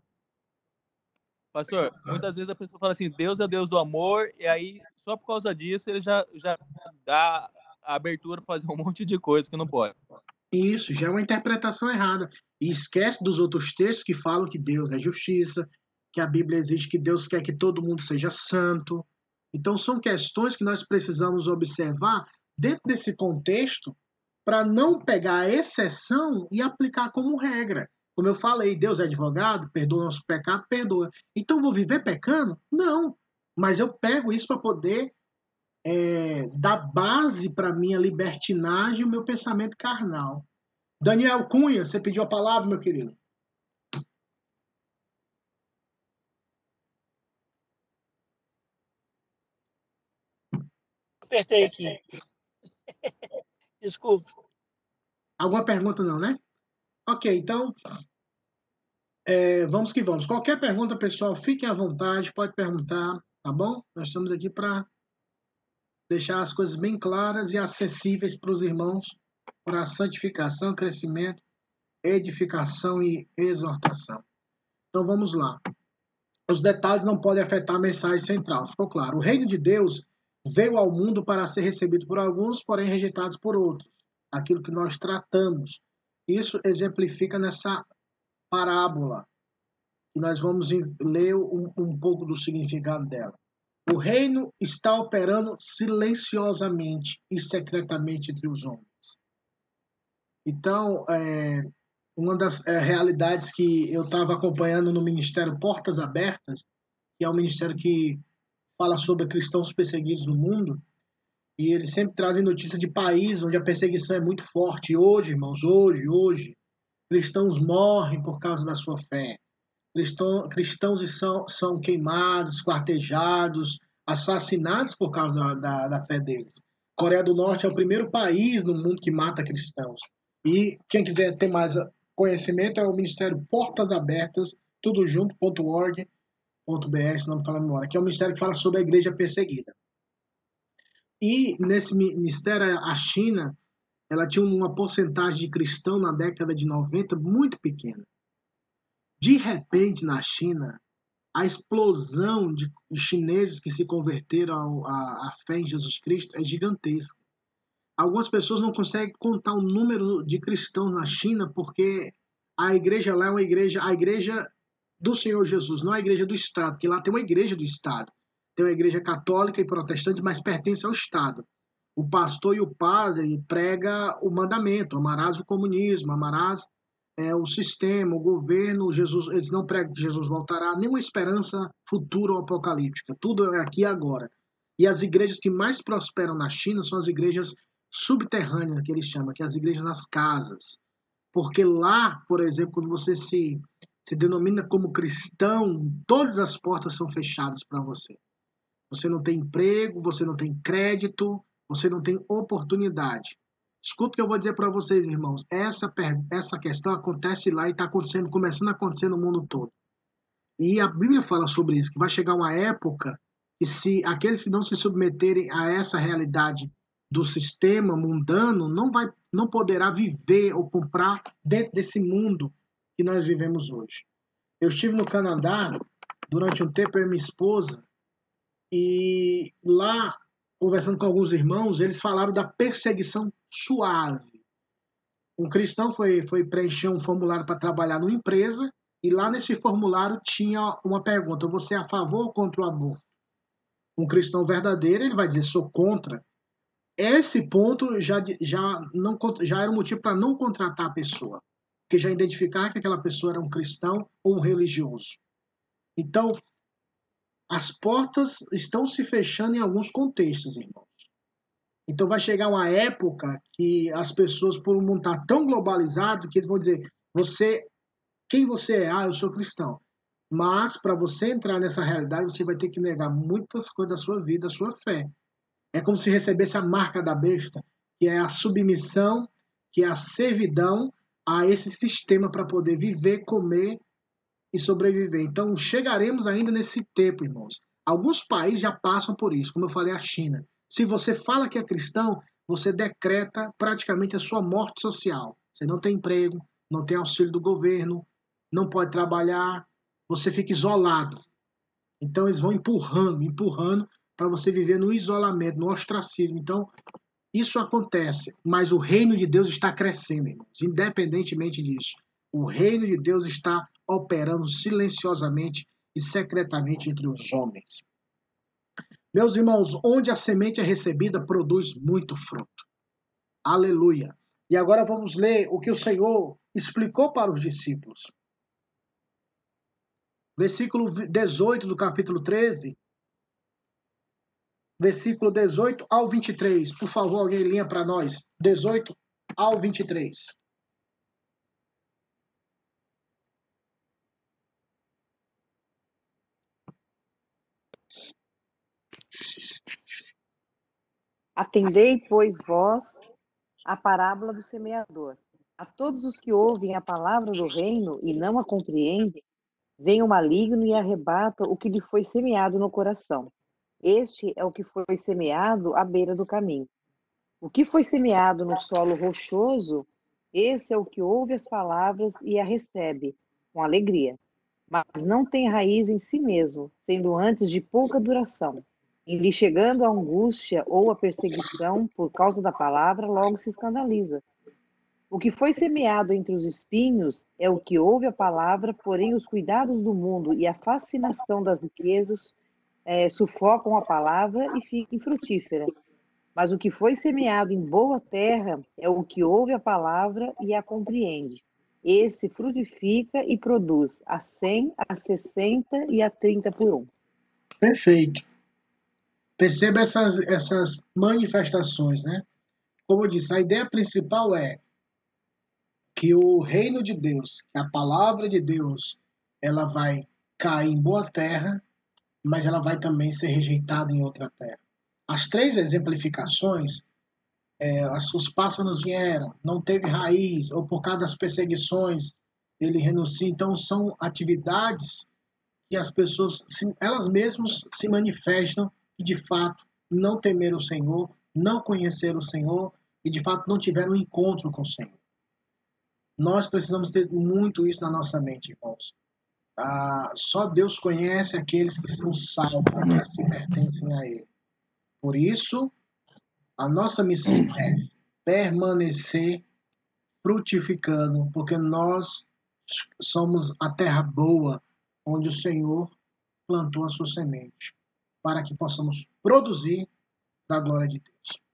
Pastor, muitas vezes a pessoa fala assim, Deus é Deus do amor, e aí, só por causa disso, ele já dá a abertura para fazer um monte de coisa que não pode. Isso, já é uma interpretação errada. E esquece dos outros textos que falam que Deus é justiça, que a Bíblia exige que Deus quer que todo mundo seja santo. Então, são questões que nós precisamos observar dentro desse contexto para não pegar a exceção e aplicar como regra. Como eu falei, Deus é advogado, perdoa nosso pecado, perdoa. Então, vou viver pecando? Não. Mas eu pego isso para poder dar base para a minha libertinagem e o meu pensamento carnal. Daniel Cunha, você pediu a palavra, meu querido? Apertei aqui. Desculpa. Alguma pergunta não, né? Ok, então vamos que vamos. Qualquer pergunta, pessoal, fiquem à vontade, pode perguntar, tá bom? Nós estamos aqui para deixar as coisas bem claras e acessíveis para os irmãos, para santificação, crescimento, edificação e exortação. Então vamos lá. Os detalhes não podem afetar a mensagem central, ficou claro. O reino de Deus veio ao mundo para ser recebido por alguns, porém rejeitados por outros. Aquilo que nós tratamos. Isso exemplifica nessa parábola. E nós vamos ler um pouco do significado dela. O reino está operando silenciosamente e secretamente entre os homens. Então, uma das realidades que eu estava acompanhando no Ministério Portas Abertas, que é um ministério que fala sobre cristãos perseguidos no mundo, e eles sempre trazem notícias de países onde a perseguição é muito forte. E hoje, irmãos, hoje, cristãos morrem por causa da sua fé. Cristãos são queimados, quartejados, assassinados por causa da fé deles. Coreia do Norte é o primeiro país no mundo que mata cristãos. E quem quiser ter mais conhecimento é o Ministério Portas Abertas, tudo junto.org.br, se não me falar a memória, que é um ministério que fala sobre a igreja perseguida. E nesse ministério, a China, ela tinha uma porcentagem de cristão na década de 90 muito pequena. De repente, na China, a explosão de chineses que se converteram à fé em Jesus Cristo é gigantesca. Algumas pessoas não conseguem contar o número de cristãos na China porque a igreja lá é a igreja do Senhor Jesus, não a igreja do Estado, porque lá tem uma igreja do Estado. Tem uma igreja católica e protestante, mas pertence ao Estado. O pastor e o padre prega o mandamento, amarás o comunismo, amarás o sistema, o governo, Jesus, eles não pregam que Jesus voltará, nenhuma esperança futura ou apocalíptica, tudo é aqui e agora. E as igrejas que mais prosperam na China são as igrejas subterrâneas, que eles chamam, que é as igrejas nas casas. Porque lá, por exemplo, quando você se se denomina como cristão, todas as portas são fechadas para você. Você não tem emprego, você não tem crédito, você não tem oportunidade. Escuta o que eu vou dizer para vocês, irmãos. Essa questão acontece lá e está acontecendo, começando a acontecer no mundo todo. E a Bíblia fala sobre isso, que vai chegar uma época que se aqueles que não se submeterem a essa realidade do sistema mundano não poderá viver ou comprar dentro desse mundo que nós vivemos hoje. Eu estive no Canadá durante um tempo, eu e minha esposa, e lá, conversando com alguns irmãos, eles falaram da perseguição suave. Um cristão foi preencher um formulário para trabalhar numa empresa, e lá nesse formulário tinha uma pergunta: você é a favor ou contra o aborto? Um cristão verdadeiro, ele vai dizer: sou contra. Esse ponto já era um motivo para não contratar a pessoa, porque já identificar que aquela pessoa era um cristão ou um religioso. Então, as portas estão se fechando em alguns contextos, irmãos. Então vai chegar uma época que as pessoas, por um mundo estar tão globalizado, que eles vão dizer: quem você é? Ah, eu sou cristão. Mas para você entrar nessa realidade, você vai ter que negar muitas coisas da sua vida, da sua fé. É como se recebesse a marca da besta, que é a submissão, que é a servidão a esse sistema para poder viver, comer e sobreviver. Então, chegaremos ainda nesse tempo, irmãos. Alguns países já passam por isso, como eu falei, a China. Se você fala que é cristão, você decreta praticamente a sua morte social. Você não tem emprego, não tem auxílio do governo, não pode trabalhar, você fica isolado. Então, eles vão empurrando para você viver no isolamento, no ostracismo. Então, isso acontece, mas o reino de Deus está crescendo, irmãos, independentemente disso. O reino de Deus está operando silenciosamente e secretamente entre os homens. Meus irmãos, onde a semente é recebida, produz muito fruto. Aleluia. E agora vamos ler o que o Senhor explicou para os discípulos. Versículo 18 do capítulo 13. Versículo 18 ao 23. Por favor, alguém linha para nós. 18 ao 23. Atendei, pois, vós a parábola do semeador. A todos os que ouvem a palavra do reino e não a compreendem, vem o maligno e arrebata o que lhe foi semeado no coração. Este é o que foi semeado à beira do caminho. O que foi semeado no solo rochoso, esse é o que ouve as palavras e a recebe com alegria, mas não tem raiz em si mesmo, sendo antes de pouca duração. Em lhe chegando a angústia ou a perseguição por causa da palavra, logo se escandaliza. O que foi semeado entre os espinhos é o que ouve a palavra, porém os cuidados do mundo e a fascinação das riquezas sufocam a palavra e fica infrutífera. Mas o que foi semeado em boa terra é o que ouve a palavra e a compreende. Esse frutifica e produz a 100, a 60 e a 30 por um. Perfeito. Perceba essas manifestações, né? Como eu disse, a ideia principal é que o reino de Deus, que a palavra de Deus, ela vai cair em boa terra, mas ela vai também ser rejeitada em outra terra. As três exemplificações, os pássaros vieram, não teve raiz, ou por causa das perseguições, ele renuncia. Então, são atividades que as pessoas, elas mesmas se manifestam e, de fato, não temeram o Senhor, não conheceram o Senhor e, de fato, não tiveram um encontro com o Senhor. Nós precisamos ter muito isso na nossa mente, irmãos. Só Deus conhece aqueles que são salvos, aqueles que pertencem a Ele. Por isso, a nossa missão é permanecer frutificando, porque nós somos a terra boa, onde o Senhor plantou a sua semente, para que possamos produzir para a glória de Deus.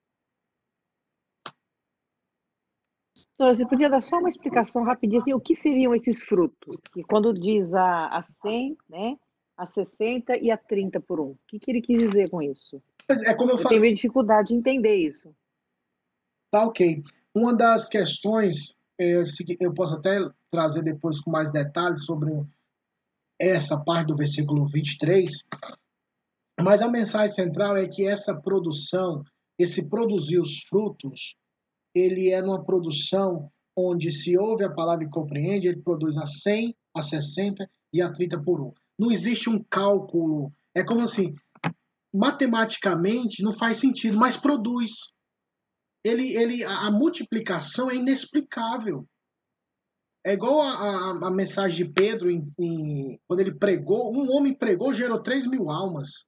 Você podia dar só uma explicação rapidinha, assim, o que seriam esses frutos? E quando diz a 100, né, a 60 e a 30 por um, o que ele quis dizer com isso? É como eu tenho dificuldade de entender isso. Tá ok. Uma das questões eu posso até trazer depois com mais detalhes sobre essa parte do versículo 23, mas a mensagem central é que essa produção, esse produzir os frutos, ele é numa produção onde se ouve a palavra e compreende, ele produz a 100, a 60 e a 30 por 1. Não existe um cálculo, é como assim, matematicamente não faz sentido, mas produz. A multiplicação é inexplicável. É igual a mensagem de Pedro, quando ele pregou, um homem pregou, gerou 3.000 almas.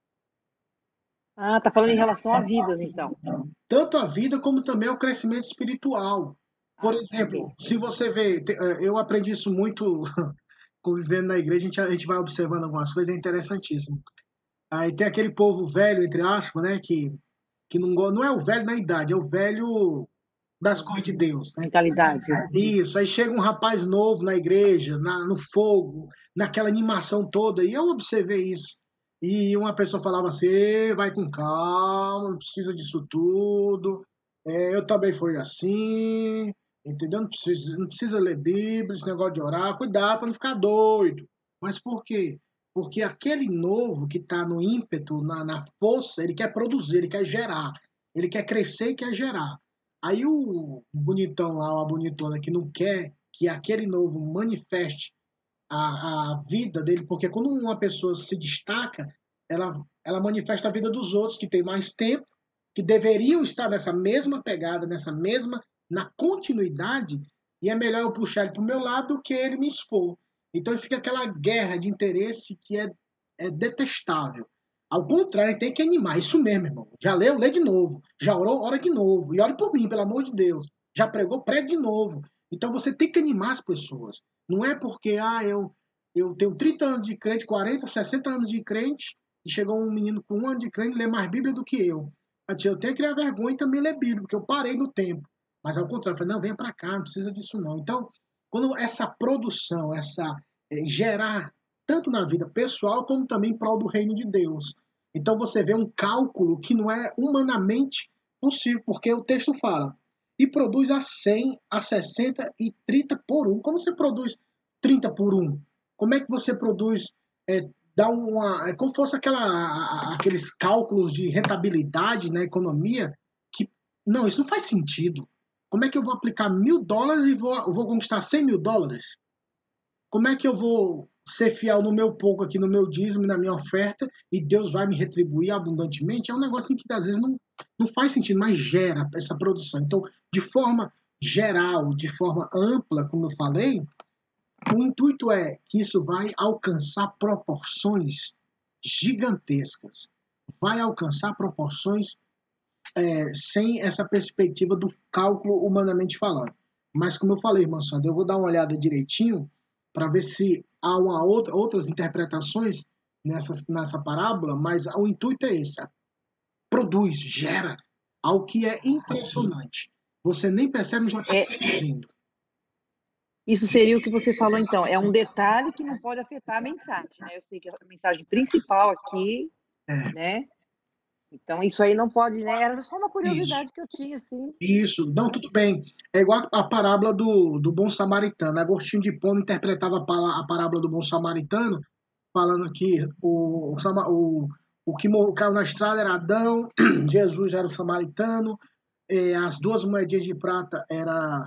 Ah, tá falando em relação a vidas, então. Tanto a vida como também o crescimento espiritual. Por Ah, exemplo, ok. se você vê, eu aprendi isso muito convivendo na igreja, a gente vai observando algumas coisas, é interessantíssimo. Aí tem aquele povo velho, entre aspas, né, que não é o velho na idade, é o velho das coisas de Deus, né? Mentalidade. Isso, aí chega um rapaz novo na igreja, no fogo, naquela animação toda, e eu observei isso. E uma pessoa falava assim: "Ei, vai com calma, não precisa disso tudo. Eu também fui assim, entendeu? Não precisa ler Bíblia, esse negócio de orar, cuidado para não ficar doido." Mas por quê? Porque aquele novo que está no ímpeto, na força, ele quer produzir, ele quer gerar, ele quer crescer e quer gerar. Aí o bonitão lá, a bonitona que não quer que aquele novo manifeste a vida dele, porque quando uma pessoa se destaca, ela manifesta a vida dos outros que tem mais tempo, que deveriam estar nessa mesma pegada, na continuidade, e é melhor eu puxar ele para o meu lado do que ele me expor. Então fica aquela guerra de interesse que é detestável. Ao contrário, tem que animar. Isso mesmo, irmão. Já leu? Lê de novo. Já orou? Ora de novo. E ore por mim, pelo amor de Deus. Já pregou? Pregue de novo. Então você tem que animar as pessoas. Não é porque eu tenho 30 anos de crente, 40, 60 anos de crente, e chegou um menino com 1 ano de crente e lê mais Bíblia do que eu. Eu tenho que criar vergonha e também ler Bíblia, porque eu parei no tempo. Mas ao contrário, eu falei, não, venha para cá, não precisa disso não. Então, quando essa produção, gerar, tanto na vida pessoal, como também em prol do reino de Deus. Então você vê um cálculo que não é humanamente possível, porque o texto fala, e produz a 100, a 60 e 30 por 1. Como você produz 30 por 1? Como é que você produz, é como fosse aqueles cálculos de rentabilidade na economia, que, não, isso não faz sentido. Como é que eu vou aplicar $1.000 e vou conquistar $100.000? Como é que eu vou ser fiel no meu pouco aqui, no meu dízimo, na minha oferta, e Deus vai me retribuir abundantemente? É um negócio que às vezes não faz sentido, mas gera essa produção. Então, de forma geral, de forma ampla, como eu falei, o intuito é que isso vai alcançar proporções gigantescas. Vai alcançar proporções sem essa perspectiva do cálculo humanamente falando. Mas, como eu falei, irmão Sandro, eu vou dar uma olhada direitinho para ver se há outras interpretações nessa parábola, mas o intuito é esse: produz, gera algo que é impressionante. Você nem percebe, já está produzindo. Isso seria o que você falou, então. É um detalhe que não pode afetar a mensagem, né? Eu sei que a mensagem principal aqui, né? Então, isso aí não pode, né? Era só uma curiosidade Isso. que eu tinha, assim. Isso, não, Né? tudo bem. É igual a parábola do bom samaritano. Agostinho de Hipona interpretava a parábola do bom samaritano, falando que o que caiu na estrada era Adão, Jesus era o samaritano, as duas moedinhas de prata era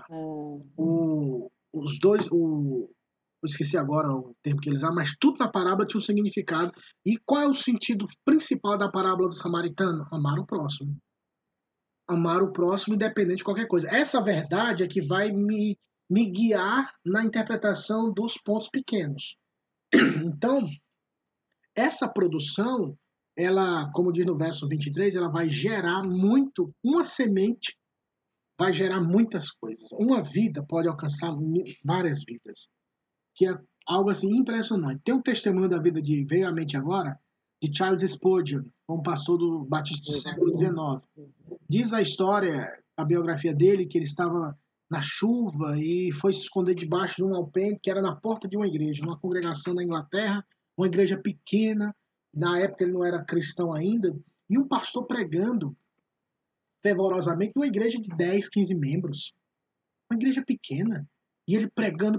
os dois, eu esqueci agora o termo que eles usam, mas tudo na parábola tinha um significado. E qual é o sentido principal da parábola do samaritano? Amar o próximo. Amar o próximo independente de qualquer coisa. Essa verdade é que vai me guiar na interpretação dos pontos pequenos. Então, essa produção, ela, como diz no verso 23, ela vai gerar uma semente vai gerar muitas coisas. Uma vida pode alcançar várias vidas, que é algo assim impressionante. Tem um testemunho da vida veio à mente agora, de Charles Spurgeon, um pastor do Batista do século XIX. Diz a história, a biografia dele, que ele estava na chuva e foi se esconder debaixo de um alpendre que era na porta de uma igreja, uma congregação na Inglaterra, uma igreja pequena. Na época ele não era cristão ainda, e um pastor pregando fervorosamente numa igreja de 10, 15 membros. Uma igreja pequena. E ele pregando,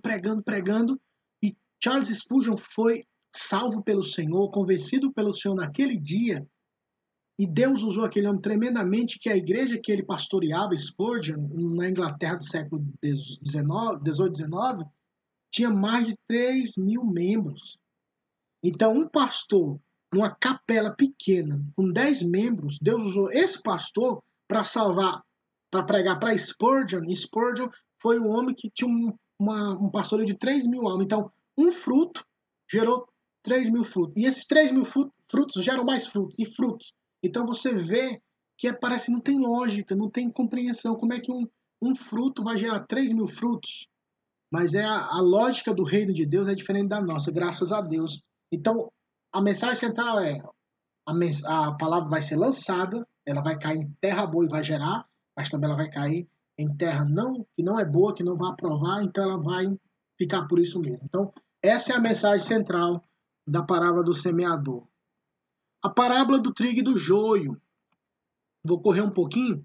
e Charles Spurgeon foi salvo pelo Senhor, convencido pelo Senhor naquele dia, e Deus usou aquele homem tremendamente, que a igreja que ele pastoreava, Spurgeon, na Inglaterra do século XVIII, XIX, tinha mais de 3.000 membros. Então, um pastor numa capela pequena, com 10 membros, Deus usou esse pastor para salvar, para pregar para Spurgeon. E Spurgeon foi um homem que tinha um pastoreio de 3.000 almas. Então, um fruto gerou 3.000 frutos. E esses 3.000 frutos geram mais frutos e frutos. Então, você vê que parece que não tem lógica, não tem compreensão. Como é que um fruto vai gerar 3.000 frutos? Mas a lógica do reino de Deus é diferente da nossa, graças a Deus. Então, a mensagem central é: a palavra vai ser lançada, ela vai cair em terra boa e vai gerar, mas também ela vai cair em terra que não é boa, que não vai aprovar, então ela vai ficar por isso mesmo. Então, essa é a mensagem central da parábola do semeador. A parábola do trigo e do joio. Vou correr um pouquinho.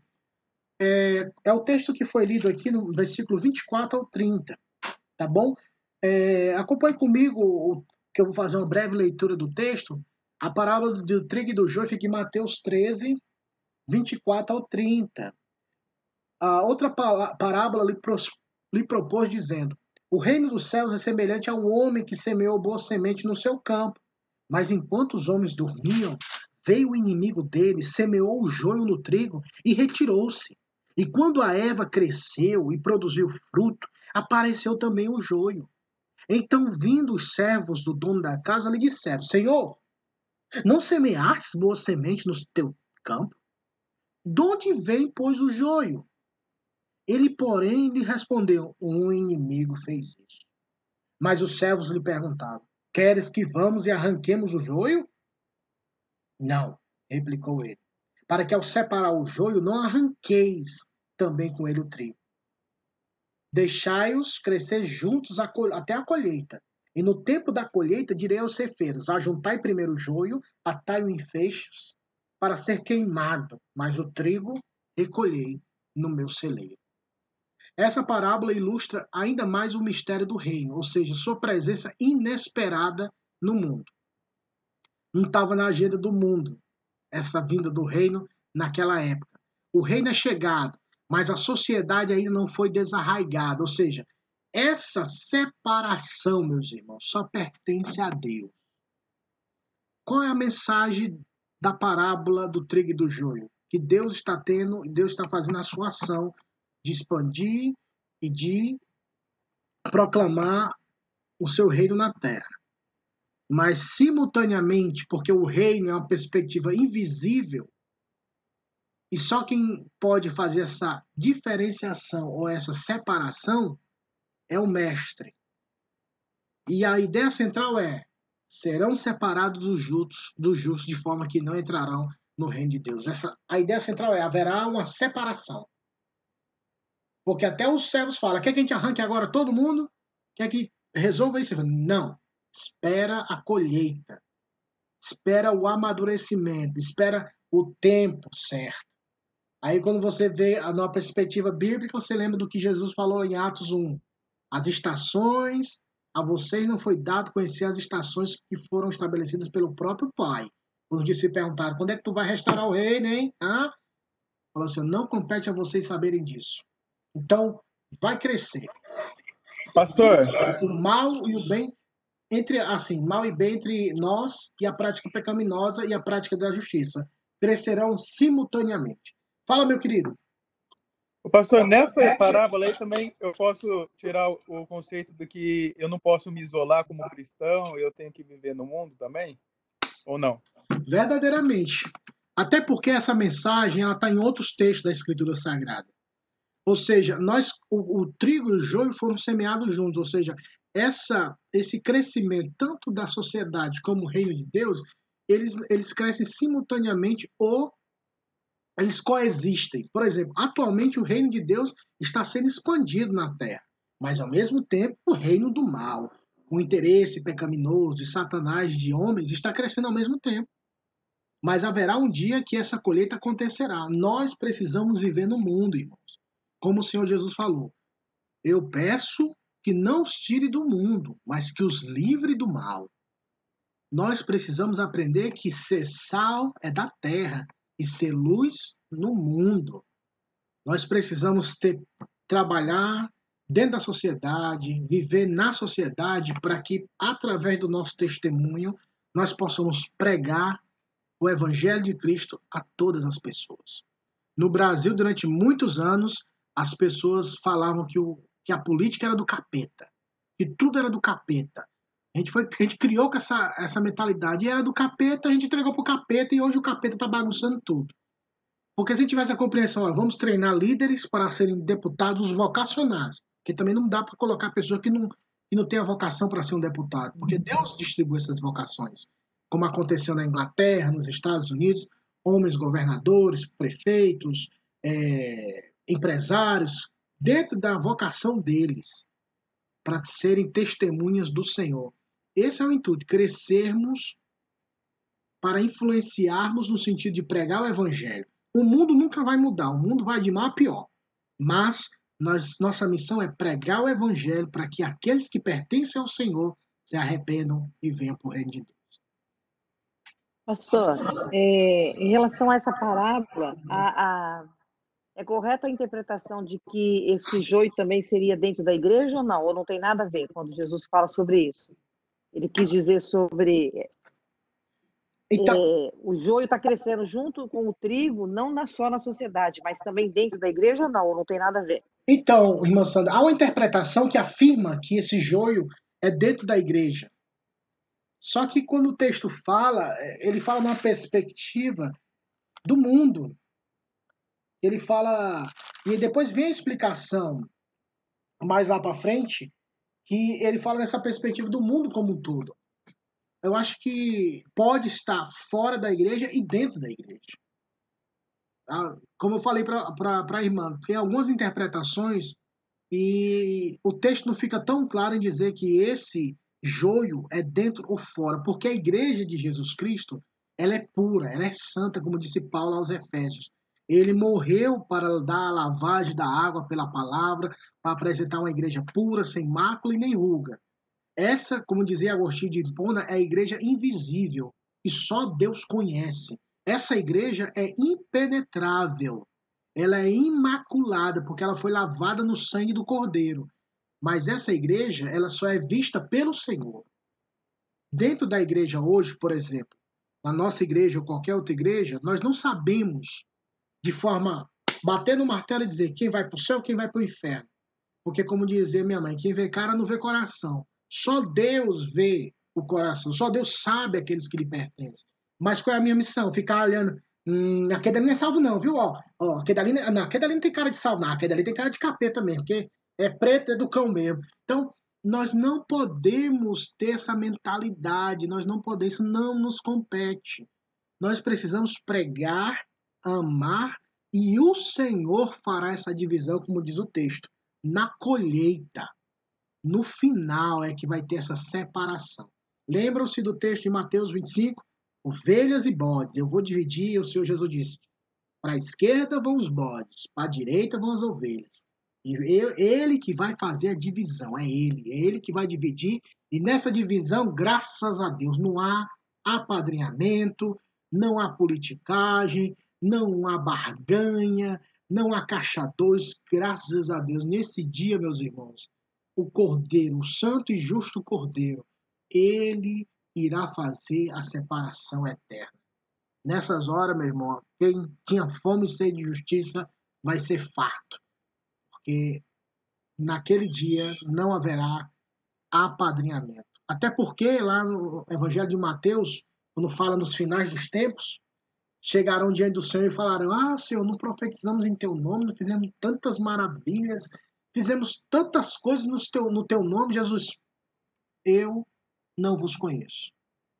É o texto que foi lido aqui no versículo 24 ao 30. Tá bom? Acompanhe comigo, que eu vou fazer uma breve leitura do texto. A parábola do trigo e do joio fica em Mateus 13, 24 ao 30. A outra parábola lhe propôs dizendo: o reino dos céus é semelhante a um homem que semeou boa semente no seu campo. Mas enquanto os homens dormiam, veio o inimigo dele, semeou o joio no trigo e retirou-se. E quando a erva cresceu e produziu fruto, apareceu também o joio. Então, vindo os servos do dono da casa, lhe disseram: Senhor, não semeastes boa semente no teu campo? De onde vem, pois, o joio? Ele, porém, lhe respondeu: um inimigo fez isso. Mas os servos lhe perguntaram: queres que vamos e arranquemos o joio? Não, replicou ele, para que ao separar o joio não arranqueis também com ele o trigo. Deixai-os crescer juntos até a colheita. E no tempo da colheita direi aos ceifeiros: ajuntai primeiro o joio, atai-o em feixes, para ser queimado, mas o trigo recolhei no meu celeiro. Essa parábola ilustra ainda mais o mistério do reino, ou seja, sua presença inesperada no mundo. Não estava na agenda do mundo essa vinda do reino naquela época. O reino é chegado, mas a sociedade ainda não foi desarraigada, ou seja, essa separação, meus irmãos, só pertence a Deus. Qual é a mensagem da parábola do trigo e do joio? Que Deus está fazendo a sua ação de expandir e de proclamar o seu reino na terra. Mas, simultaneamente, porque o reino é uma perspectiva invisível, e só quem pode fazer essa diferenciação ou essa separação é o mestre. E a ideia central é: serão separados dos justos de forma que não entrarão no reino de Deus. A ideia central é: haverá uma separação. Porque até os servos falam: quer que a gente arranque agora todo mundo? Quer que resolva isso? Não. Espera a colheita. Espera o amadurecimento. Espera o tempo certo. Aí quando você vê na perspectiva bíblica, você lembra do que Jesus falou em Atos 1. As estações, a vocês não foi dado conhecer as estações que foram estabelecidas pelo próprio Pai. Quando disse e perguntaram: quando é que tu vai restaurar o reino, hein? Falou assim: não compete a vocês saberem disso. Então, vai crescer. Pastor, o mal e o bem mal e bem entre nós e a prática pecaminosa e a prática da justiça crescerão simultaneamente. Fala, meu querido. pastor, nessa parábola aí também eu posso tirar o conceito de que eu não posso me isolar como cristão, eu tenho que viver no mundo também? Ou não? Verdadeiramente. Até porque essa mensagem está em outros textos da Escritura Sagrada. Ou seja, o trigo e o joio foram semeados juntos. Ou seja, esse crescimento, tanto da sociedade como o reino de Deus, eles crescem simultaneamente ou eles coexistem. Por exemplo, atualmente o reino de Deus está sendo expandido na terra, mas ao mesmo tempo o reino do mal, o interesse pecaminoso de Satanás, de homens, está crescendo ao mesmo tempo. Mas haverá um dia que essa colheita acontecerá. Nós precisamos viver no mundo, irmãos. Como o Senhor Jesus falou, Eu peço que não os tire do mundo, mas que os livre do mal. Nós precisamos aprender que ser sal é da terra e ser luz no mundo. Nós precisamos trabalhar dentro da sociedade, viver na sociedade, para que, através do nosso testemunho, nós possamos pregar o Evangelho de Cristo a todas as pessoas. No Brasil, durante muitos anos, as pessoas falavam que a política era do capeta, que tudo era do capeta. A gente criou com essa mentalidade, e era do capeta, a gente entregou para o capeta, e hoje o capeta está bagunçando tudo. Porque se a gente tivesse a compreensão, ó, vamos treinar líderes para serem deputados vocacionais, que também não dá para colocar pessoa que não tem a vocação para ser um deputado, porque Deus distribui essas vocações, como aconteceu na Inglaterra, nos Estados Unidos, homens governadores, prefeitos, empresários, dentro da vocação deles, para serem testemunhas do Senhor. Esse é o intuito, crescermos para influenciarmos no sentido de pregar o Evangelho. O mundo nunca vai mudar, o mundo vai de mal a pior. Mas nossa missão é pregar o Evangelho para que aqueles que pertencem ao Senhor se arrependam e venham para o reino de Deus. Pastor, em relação a essa parábola, é correta a interpretação de que esse joio também seria dentro da igreja ou não? Ou não tem nada a ver quando Jesus fala sobre isso? Ele quis dizer sobre... Então, o joio está crescendo junto com o trigo, não só na sociedade, mas também dentro da igreja ou não? Ou não tem nada a ver? Então, irmã Sandra, há uma interpretação que afirma que esse joio é dentro da igreja. Só que quando o texto fala, ele fala numa perspectiva do mundo. Ele fala... E depois vem a explicação, mais lá para frente, que ele fala nessa perspectiva do mundo como um todo. Eu acho que pode estar fora da igreja e dentro da igreja. Como eu falei para a irmã, tem algumas interpretações e o texto não fica tão claro em dizer que esse joio é dentro ou fora, porque a igreja de Jesus Cristo, ela é pura, ela é santa, como disse Paulo aos Efésios. Ele morreu para dar a lavagem da água pela palavra, para apresentar uma igreja pura, sem mácula e nem ruga. Essa, como dizia Agostinho de Hipona, é a igreja invisível, que só Deus conhece. Essa igreja é impenetrável, ela é imaculada, porque ela foi lavada no sangue do Cordeiro. Mas essa igreja, ela só é vista pelo Senhor. Dentro da igreja hoje, por exemplo, na nossa igreja ou qualquer outra igreja, nós não sabemos de forma bater no martelo e dizer quem vai para o céu, quem vai para o inferno. Porque, como dizia minha mãe, quem vê cara não vê coração. Só Deus vê o coração, só Deus sabe aqueles que lhe pertencem. Mas qual é a minha missão? Ficar olhando, aquele ali não é salvo não, viu? Aquele ali não tem cara de salvo, não. Aquele ali tem cara de capeta mesmo, porque é preto, é do cão mesmo. Então, nós não podemos ter essa mentalidade, nós não podemos, isso não nos compete. Nós precisamos pregar, amar, e o Senhor fará essa divisão, como diz o texto, na colheita. No final é que vai ter essa separação. Lembram-se do texto de Mateus 25? Ovelhas e bodes. Eu vou dividir, o Senhor Jesus disse, para a esquerda vão os bodes, para a direita vão as ovelhas. E ele que vai fazer a divisão, é ele que vai dividir. E nessa divisão, graças a Deus, não há apadrinhamento, não há politicagem, não há barganha, não há caixadores, graças a Deus. Nesse dia, meus irmãos, o Cordeiro, o santo e justo Cordeiro, ele irá fazer a separação eterna. Nessas horas, meu irmão, quem tinha fome e sede de justiça vai ser farto, porque naquele dia não haverá apadrinhamento. Até porque lá no Evangelho de Mateus, quando fala nos finais dos tempos, chegarão diante do Senhor e falaram: Senhor, não profetizamos em teu nome, não fizemos tantas maravilhas, fizemos tantas coisas no teu nome, Jesus. Eu não vos conheço.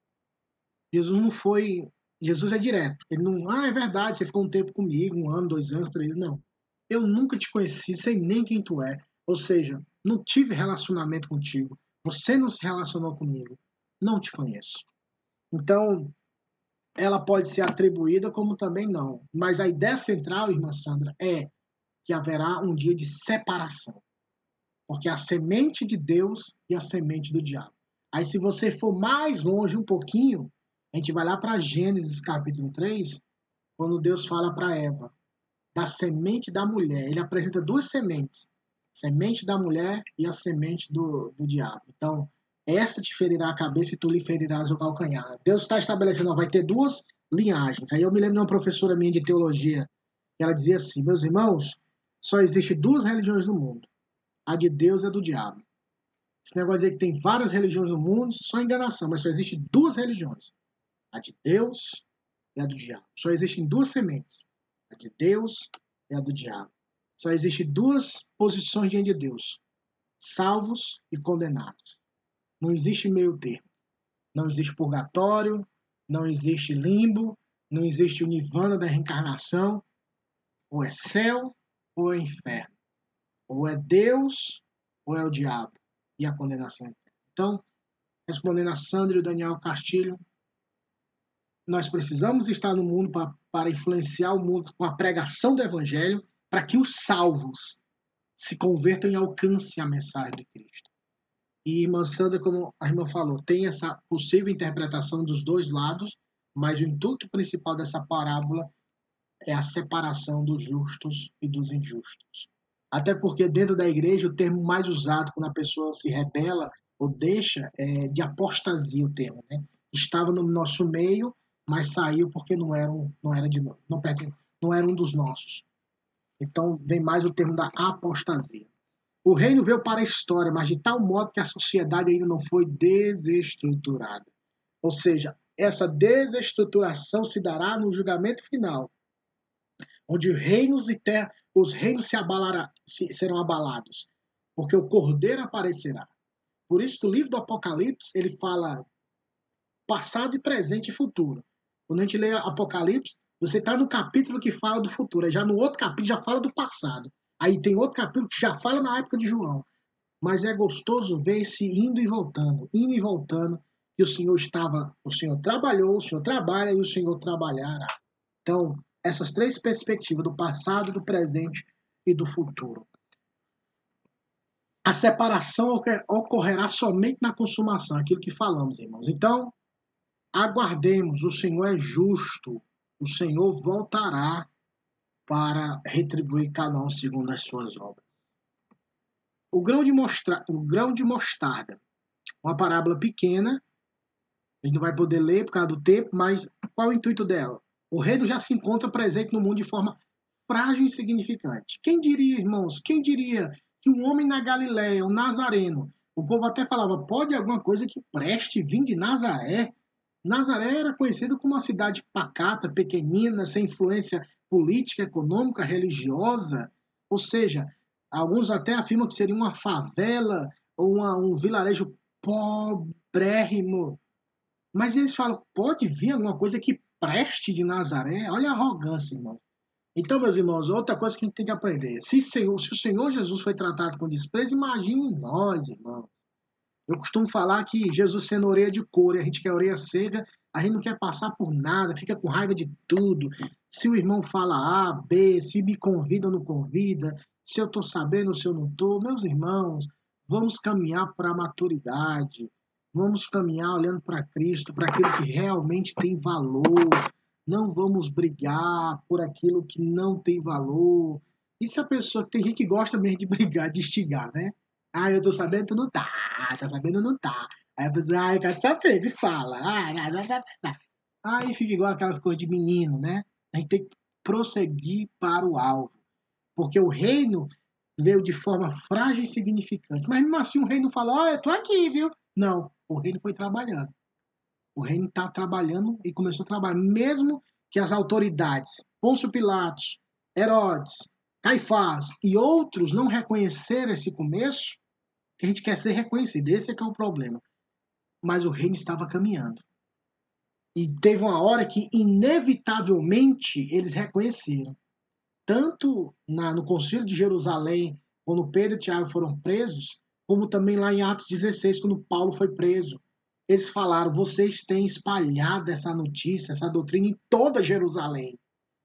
Jesus é direto. Ele não, é verdade, você ficou um tempo comigo, 1 ano, 2 anos, 3 anos. Não. Eu nunca te conheci, sei nem quem tu é. Ou seja, não tive relacionamento contigo. Você não se relacionou comigo. Não te conheço. Então, ela pode ser atribuída como também não. Mas a ideia central, irmã Sandra, é que haverá um dia de separação. porque é a semente de Deus e a semente do diabo. Aí, se você for mais longe um pouquinho, a gente vai lá para Gênesis capítulo 3, quando Deus fala para Eva, da semente da mulher. Ele apresenta duas sementes, semente da mulher e a semente do diabo. Então, esta te ferirá a cabeça e tu lhe ferirás o calcanhar. Deus está estabelecendo, vai ter duas linhagens. Aí eu me lembro de uma professora minha de teologia, que ela dizia assim, meus irmãos, só existem duas religiões no mundo, a de Deus e a do diabo. Esse negócio de dizer que tem várias religiões no mundo, só enganação, mas só existem duas religiões, a de Deus e a do diabo. Só existem duas sementes, a de Deus e a do diabo. Só existem duas posições diante de Deus, salvos e condenados. Não existe meio termo. Não existe purgatório, não existe limbo, não existe o nirvana da reencarnação. Ou é céu ou é inferno. Ou é Deus ou é o diabo. E a condenação. Então, respondendo a Sandra e o Daniel Castilho, nós precisamos estar no mundo para influenciar o mundo com a pregação do Evangelho, para que os salvos se convertam e alcancem a mensagem de Cristo. E irmã Sandra, como a irmã falou, tem essa possível interpretação dos dois lados, mas o intuito principal dessa parábola é a separação dos justos e dos injustos. Até porque dentro da igreja o termo mais usado quando a pessoa se rebela ou deixa é de apostasia o termo, né? Estava no nosso meio, mas saiu porque não era um dos nossos. Então vem mais o termo da apostasia. O reino veio para a história, mas de tal modo que a sociedade ainda não foi desestruturada. Ou seja, essa desestruturação se dará no julgamento final, onde os reinos serão abalados, porque o Cordeiro aparecerá. Por isso que o livro do Apocalipse, ele fala passado e presente e futuro. Quando a gente lê Apocalipse, você está no capítulo que fala do futuro, aí já no outro capítulo já fala do passado. Aí tem outro capítulo que já fala na época de João. Mas é gostoso ver esse indo e voltando, que o Senhor trabalhou, o Senhor trabalha e o Senhor trabalhará. Então, essas três perspectivas, do passado, do presente e do futuro. A separação ocorrerá somente na consumação, aquilo que falamos, irmãos. Então, aguardemos, o Senhor é justo, o Senhor voltará para retribuir cada um segundo as suas obras. O grão de mostarda, uma parábola pequena, a gente não vai poder ler por causa do tempo, mas qual é o intuito dela? O reino já se encontra presente no mundo de forma frágil e insignificante. Quem diria, irmãos, quem diria que um homem na Galileia, um nazareno, o povo até falava, pode alguma coisa que preste vir de Nazaré? Nazaré era conhecido como uma cidade pacata, pequenina, sem influência política, econômica, religiosa. Ou seja, alguns até afirmam que seria uma favela ou um vilarejo pobrérrimo. Mas eles falam, pode vir alguma coisa que preste de Nazaré? Olha a arrogância, irmão. Então, meus irmãos, outra coisa que a gente tem que aprender. Se o Senhor Jesus foi tratado com desprezo, imagine nós, irmãos. Eu costumo falar que Jesus sendo orelha de couro e a gente quer orelha seca, a gente não quer passar por nada, fica com raiva de tudo. Se o irmão fala A, B, se me convida ou não convida, se eu estou sabendo ou se eu não estou. Meus irmãos, vamos caminhar para a maturidade, vamos caminhar olhando para Cristo, para aquilo que realmente tem valor. Não vamos brigar por aquilo que não tem valor. E se a pessoa, tem gente que gosta mesmo de brigar, de instigar, né? Ah, eu tô sabendo, tu não tá. Tá sabendo, não tá. Aí a pessoa, ai, quero saber, me fala. Aí fica igual aquelas coisas de menino, né? A gente tem que prosseguir para o alvo. Porque o reino veio de forma frágil e insignificante. Mas mesmo assim o reino falou, ó, eu tô aqui, viu? Não, o reino foi trabalhando. O reino está trabalhando e começou a trabalhar. Mesmo que as autoridades, Pôncio Pilatos, Herodes, Caifás e outros não reconheceram esse começo, que a gente quer ser reconhecido. Esse é que é o problema. Mas o reino estava caminhando. E teve uma hora que, inevitavelmente, eles reconheceram. Tanto no Concílio de Jerusalém, quando Pedro e Tiago foram presos, como também lá em Atos 16, quando Paulo foi preso. Eles falaram, vocês têm espalhado essa notícia, essa doutrina em toda Jerusalém.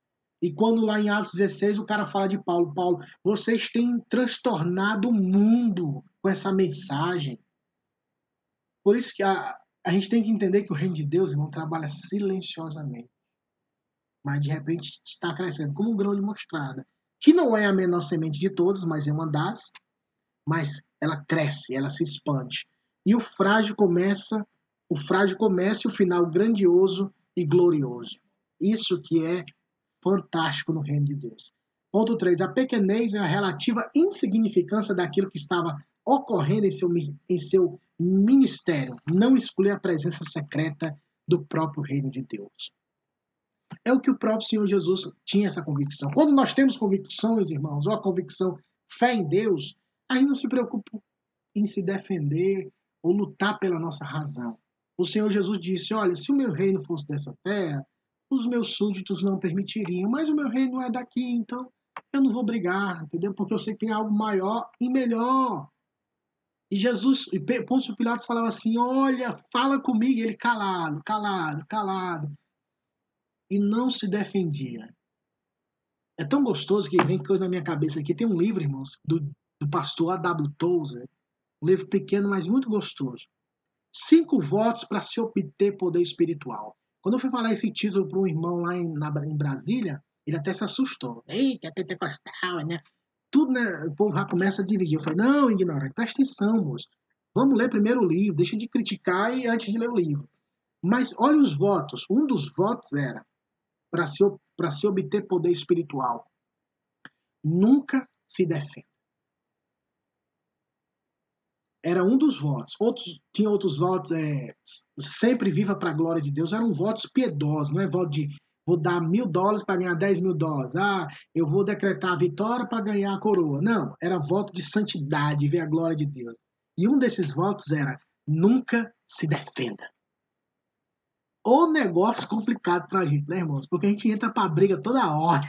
E quando lá em Atos 16 o cara fala de Paulo, Paulo, vocês têm transtornado o mundo com essa mensagem. Por isso que a gente tem que entender que o reino de Deus, irmão, trabalha silenciosamente. Mas de repente está crescendo como um grão de mostarda, que não é a menor semente de todas, mas é uma das, mas ela cresce, ela se expande. E o frágil começa e o final grandioso e glorioso. Isso que é fantástico no reino de Deus. Ponto 3. A pequenez é a relativa insignificância daquilo que estava ocorrendo em seu ministério. Não exclui a presença secreta do próprio reino de Deus. É o que o próprio Senhor Jesus tinha essa convicção. Quando nós temos convicção, meus irmãos, ou a convicção, fé em Deus, a gente não se preocupa em se defender ou lutar pela nossa razão. O Senhor Jesus disse, olha, se o meu reino fosse dessa terra, os meus súditos não permitiriam, mas o meu reino não é daqui, então eu não vou brigar, entendeu? Porque eu sei que tem algo maior e melhor. E Jesus, e Pôncio Pilatos falava assim, olha, fala comigo, e ele calado, calado, calado. E não se defendia. É tão gostoso que vem coisa na minha cabeça aqui. Tem um livro, irmãos, do pastor A.W. Tozer, um livro pequeno, mas muito gostoso. 5 votos para se obter poder espiritual. Quando eu fui falar esse título para um irmão lá em Brasília, ele até se assustou. Eita, é pentecostal, né? Tudo, né? O povo já começa a dividir. Eu falei, não, ignorante, presta atenção, moço. Vamos ler primeiro o livro, deixa de criticar e antes de ler o livro. Mas olha os votos. Um dos votos era para se obter poder espiritual. Nunca se defenda. Era um dos votos. Tinha outros votos, sempre viva para a glória de Deus. Eram votos piedosos, não é voto de vou dar $1.000 para ganhar $10.000. Eu vou decretar a vitória para ganhar a coroa. Não, era voto de santidade, ver a glória de Deus. E um desses votos era nunca se defenda. O negócio complicado para a gente, né, irmãos? Porque a gente entra para a briga toda hora.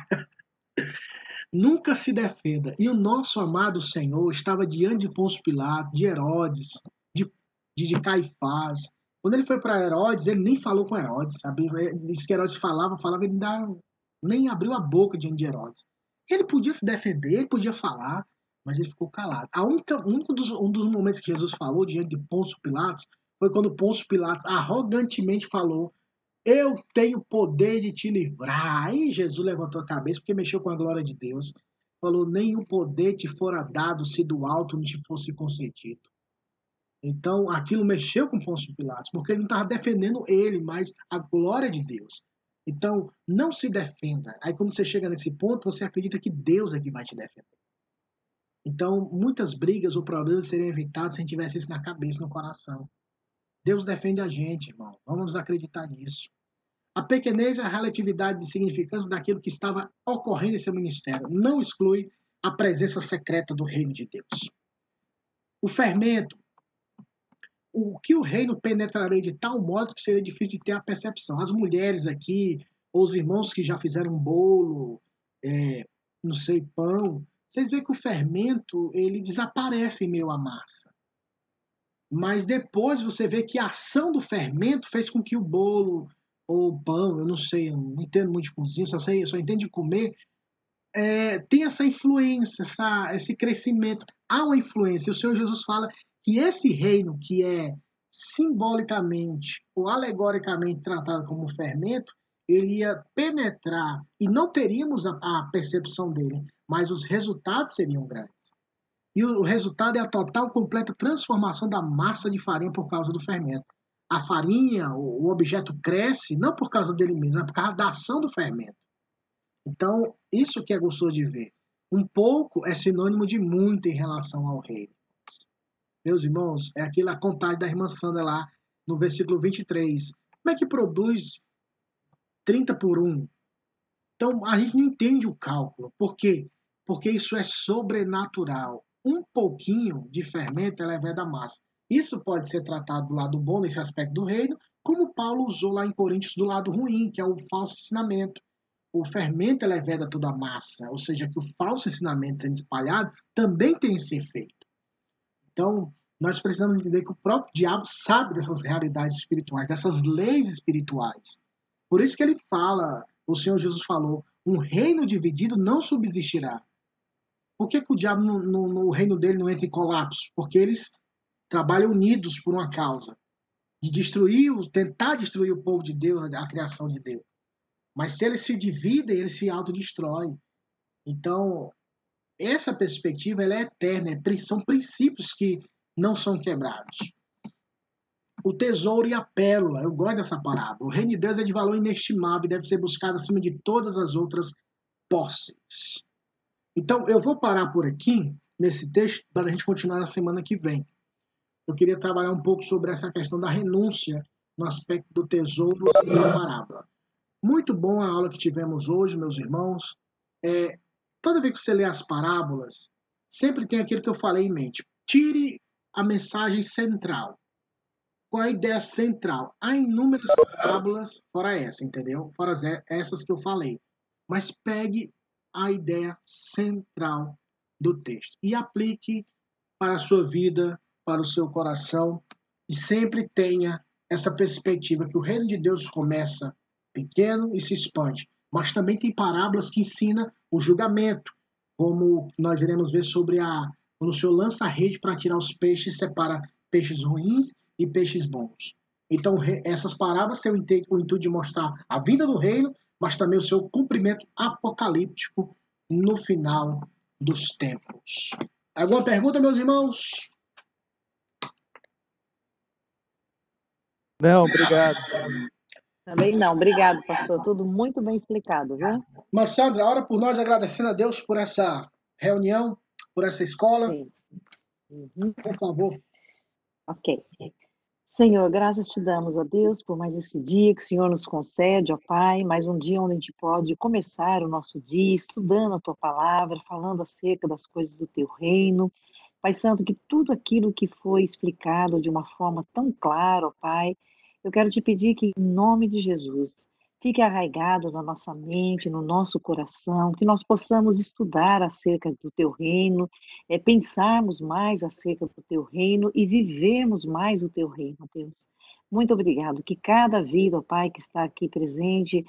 Nunca se defenda. E o nosso amado Senhor estava diante de Pôncio Pilatos, de Herodes, de Caifás. Quando ele foi para Herodes, ele nem falou com Herodes, sabe? Ele disse que Herodes falava, ele nem abriu a boca diante de Herodes. Ele podia se defender, ele podia falar, mas ele ficou calado. Um dos momentos que Jesus falou diante de Pôncio Pilatos foi quando Pôncio Pilatos arrogantemente falou: eu tenho poder de te livrar. Aí Jesus levantou a cabeça porque mexeu com a glória de Deus. Falou, nenhum poder te fora dado se do alto não te fosse concedido. Então aquilo mexeu com Pôncio Pilatos, porque ele não estava defendendo ele, mas a glória de Deus. Então não se defenda. Aí quando você chega nesse ponto, você acredita que Deus é que vai te defender. Então muitas brigas ou problemas seriam evitados se a gente tivesse isso na cabeça, no coração. Deus defende a gente, irmão. Vamos acreditar nisso. A pequenez é a relatividade de significância daquilo que estava ocorrendo em seu ministério. Não exclui a presença secreta do reino de Deus. O fermento. O que o reino penetraria de tal modo que seria difícil de ter a percepção. As mulheres aqui, ou os irmãos que já fizeram um bolo, não sei, pão, vocês veem que o fermento ele desaparece em meio à massa. Mas depois você vê que a ação do fermento fez com que o bolo ou pão, eu não sei, eu não entendo muito de cozinha, só entendo de comer, tem essa influência, esse crescimento. Há uma influência. E o Senhor Jesus fala que esse reino que é simbolicamente ou alegoricamente tratado como fermento, ele ia penetrar e não teríamos a percepção dele, mas os resultados seriam grandes. E o resultado é a total, completa transformação da massa de farinha por causa do fermento. A farinha, o objeto cresce não por causa dele mesmo, é por causa da ação do fermento. Então, isso que é gostoso de ver. Um pouco é sinônimo de muito em relação ao reino. Meus irmãos, é aquela contagem da irmã Sandra lá no versículo 23. Como é que produz 30 por 1? Então, a gente não entende o cálculo. Por quê? Porque isso é sobrenatural. Um pouquinho de fermento eleva da massa. Isso pode ser tratado do lado bom nesse aspecto do reino, como Paulo usou lá em Coríntios do lado ruim, que é o falso ensinamento. O fermento eleva toda a massa, ou seja, que o falso ensinamento sendo espalhado também tem esse efeito. Então, nós precisamos entender que o próprio diabo sabe dessas realidades espirituais, dessas leis espirituais. Por isso que ele fala, o Senhor Jesus falou, Um reino dividido não subsistirá. Por que o diabo no reino dele não entra em colapso? Porque eles trabalham unidos por uma causa. De tentar destruir o povo de Deus, a criação de Deus. Mas se eles se dividem, eles se autodestroem. Então, essa perspectiva ela é eterna. São princípios que não são quebrados. O tesouro e a pérola. Eu gosto dessa parábola. O reino de Deus é de valor inestimável e deve ser buscado acima de todas as outras posses. Então, eu vou parar por aqui, nesse texto, para a gente continuar na semana que vem. Eu queria trabalhar um pouco sobre essa questão da renúncia no aspecto do tesouro e da parábola. Muito bom a aula que tivemos hoje, meus irmãos. Toda vez que você lê as parábolas, sempre tem aquilo que eu falei em mente. Tire a mensagem central. Qual é a ideia central? Há inúmeras parábolas, fora essa, entendeu? Fora essas que eu falei. Mas pegue a ideia central do texto e aplique para a sua vida, para o seu coração, e sempre tenha essa perspectiva que o reino de Deus começa pequeno e se expande. Mas também tem parábolas que ensinam o julgamento, como nós iremos ver sobre quando o Senhor lança a rede para tirar os peixes, separa peixes ruins e peixes bons. Então, essas parábolas têm o intuito de mostrar a vinda do reino, mas também o seu cumprimento apocalíptico no final dos tempos. Alguma pergunta, meus irmãos? Não, obrigado. Também não. Obrigado, pastor. Tudo muito bem explicado, viu? Mas, Sandra, ora por nós, agradecendo a Deus por essa reunião, por essa escola. Sim. Uhum. Por favor. Ok. Senhor, graças te damos, ó Deus, por mais esse dia que o Senhor nos concede, ó Pai, mais um dia onde a gente pode começar o nosso dia estudando a Tua palavra, falando acerca das coisas do Teu reino. Pai Santo, que tudo aquilo que foi explicado de uma forma tão clara, ó Pai, eu quero te pedir que, em nome de Jesus, fique arraigado na nossa mente, no nosso coração, que nós possamos estudar acerca do Teu reino, pensarmos mais acerca do Teu reino e vivermos mais o Teu reino, Deus. Muito obrigado. Que cada vida, ó Pai, que está aqui presente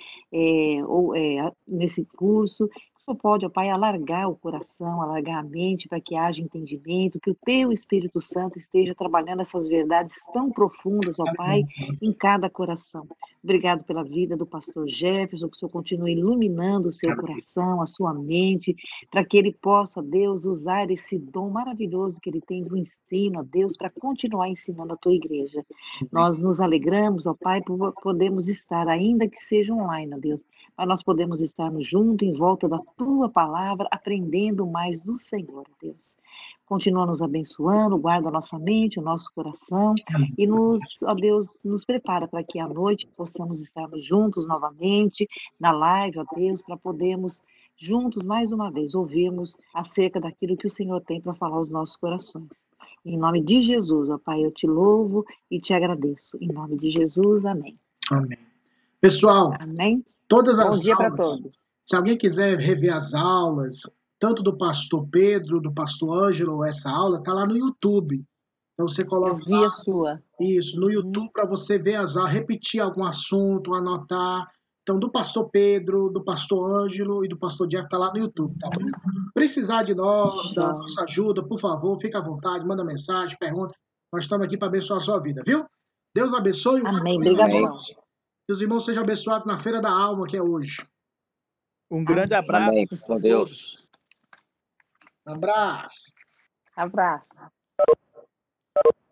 nesse curso, só pode, ó Pai, alargar o coração, alargar a mente para que haja entendimento, que o Teu Espírito Santo esteja trabalhando essas verdades tão profundas, ó Pai, em cada coração. Obrigado pela vida do pastor Jefferson, que o Senhor continue iluminando o seu coração, a sua mente, para que ele possa, ó Deus, usar esse dom maravilhoso que ele tem do ensino, ó Deus, para continuar ensinando a Tua igreja. Nós nos alegramos, ó Pai, por podermos estar, ainda que seja online, ó Deus, mas nós podemos estarmos juntos em volta da Tua palavra, aprendendo mais do Senhor, Deus. Continua nos abençoando, guarda a nossa mente, o nosso coração e ó Deus, nos prepara para que à noite possamos estarmos juntos novamente na live, ó Deus, para podermos juntos mais uma vez ouvirmos acerca daquilo que o Senhor tem para falar aos nossos corações. Em nome de Jesus, ó Pai, eu te louvo e te agradeço. Em nome de Jesus, amém. Amém. Pessoal, amém. Todas as Bom dia para aulas, todos. se alguém quiser rever as aulas, tanto do pastor Pedro, do pastor Ângelo, essa aula, está lá no YouTube. Então você coloca eu vi lá, a sua. Isso, no YouTube, para você ver as aulas, repetir algum assunto, anotar. Então, do pastor Pedro, do pastor Ângelo e do pastor Jeff está lá no YouTube, tá bom? Precisar de nós, da nossa ajuda, por favor, fica à vontade, manda mensagem, pergunta. Nós estamos aqui para abençoar a sua vida, viu? Deus abençoe. Amém. Obrigadão. Que os irmãos sejam abençoados na Feira da Alma, que é hoje. Um grande abraço. Amém. Com Deus. Um abraço. Abraço.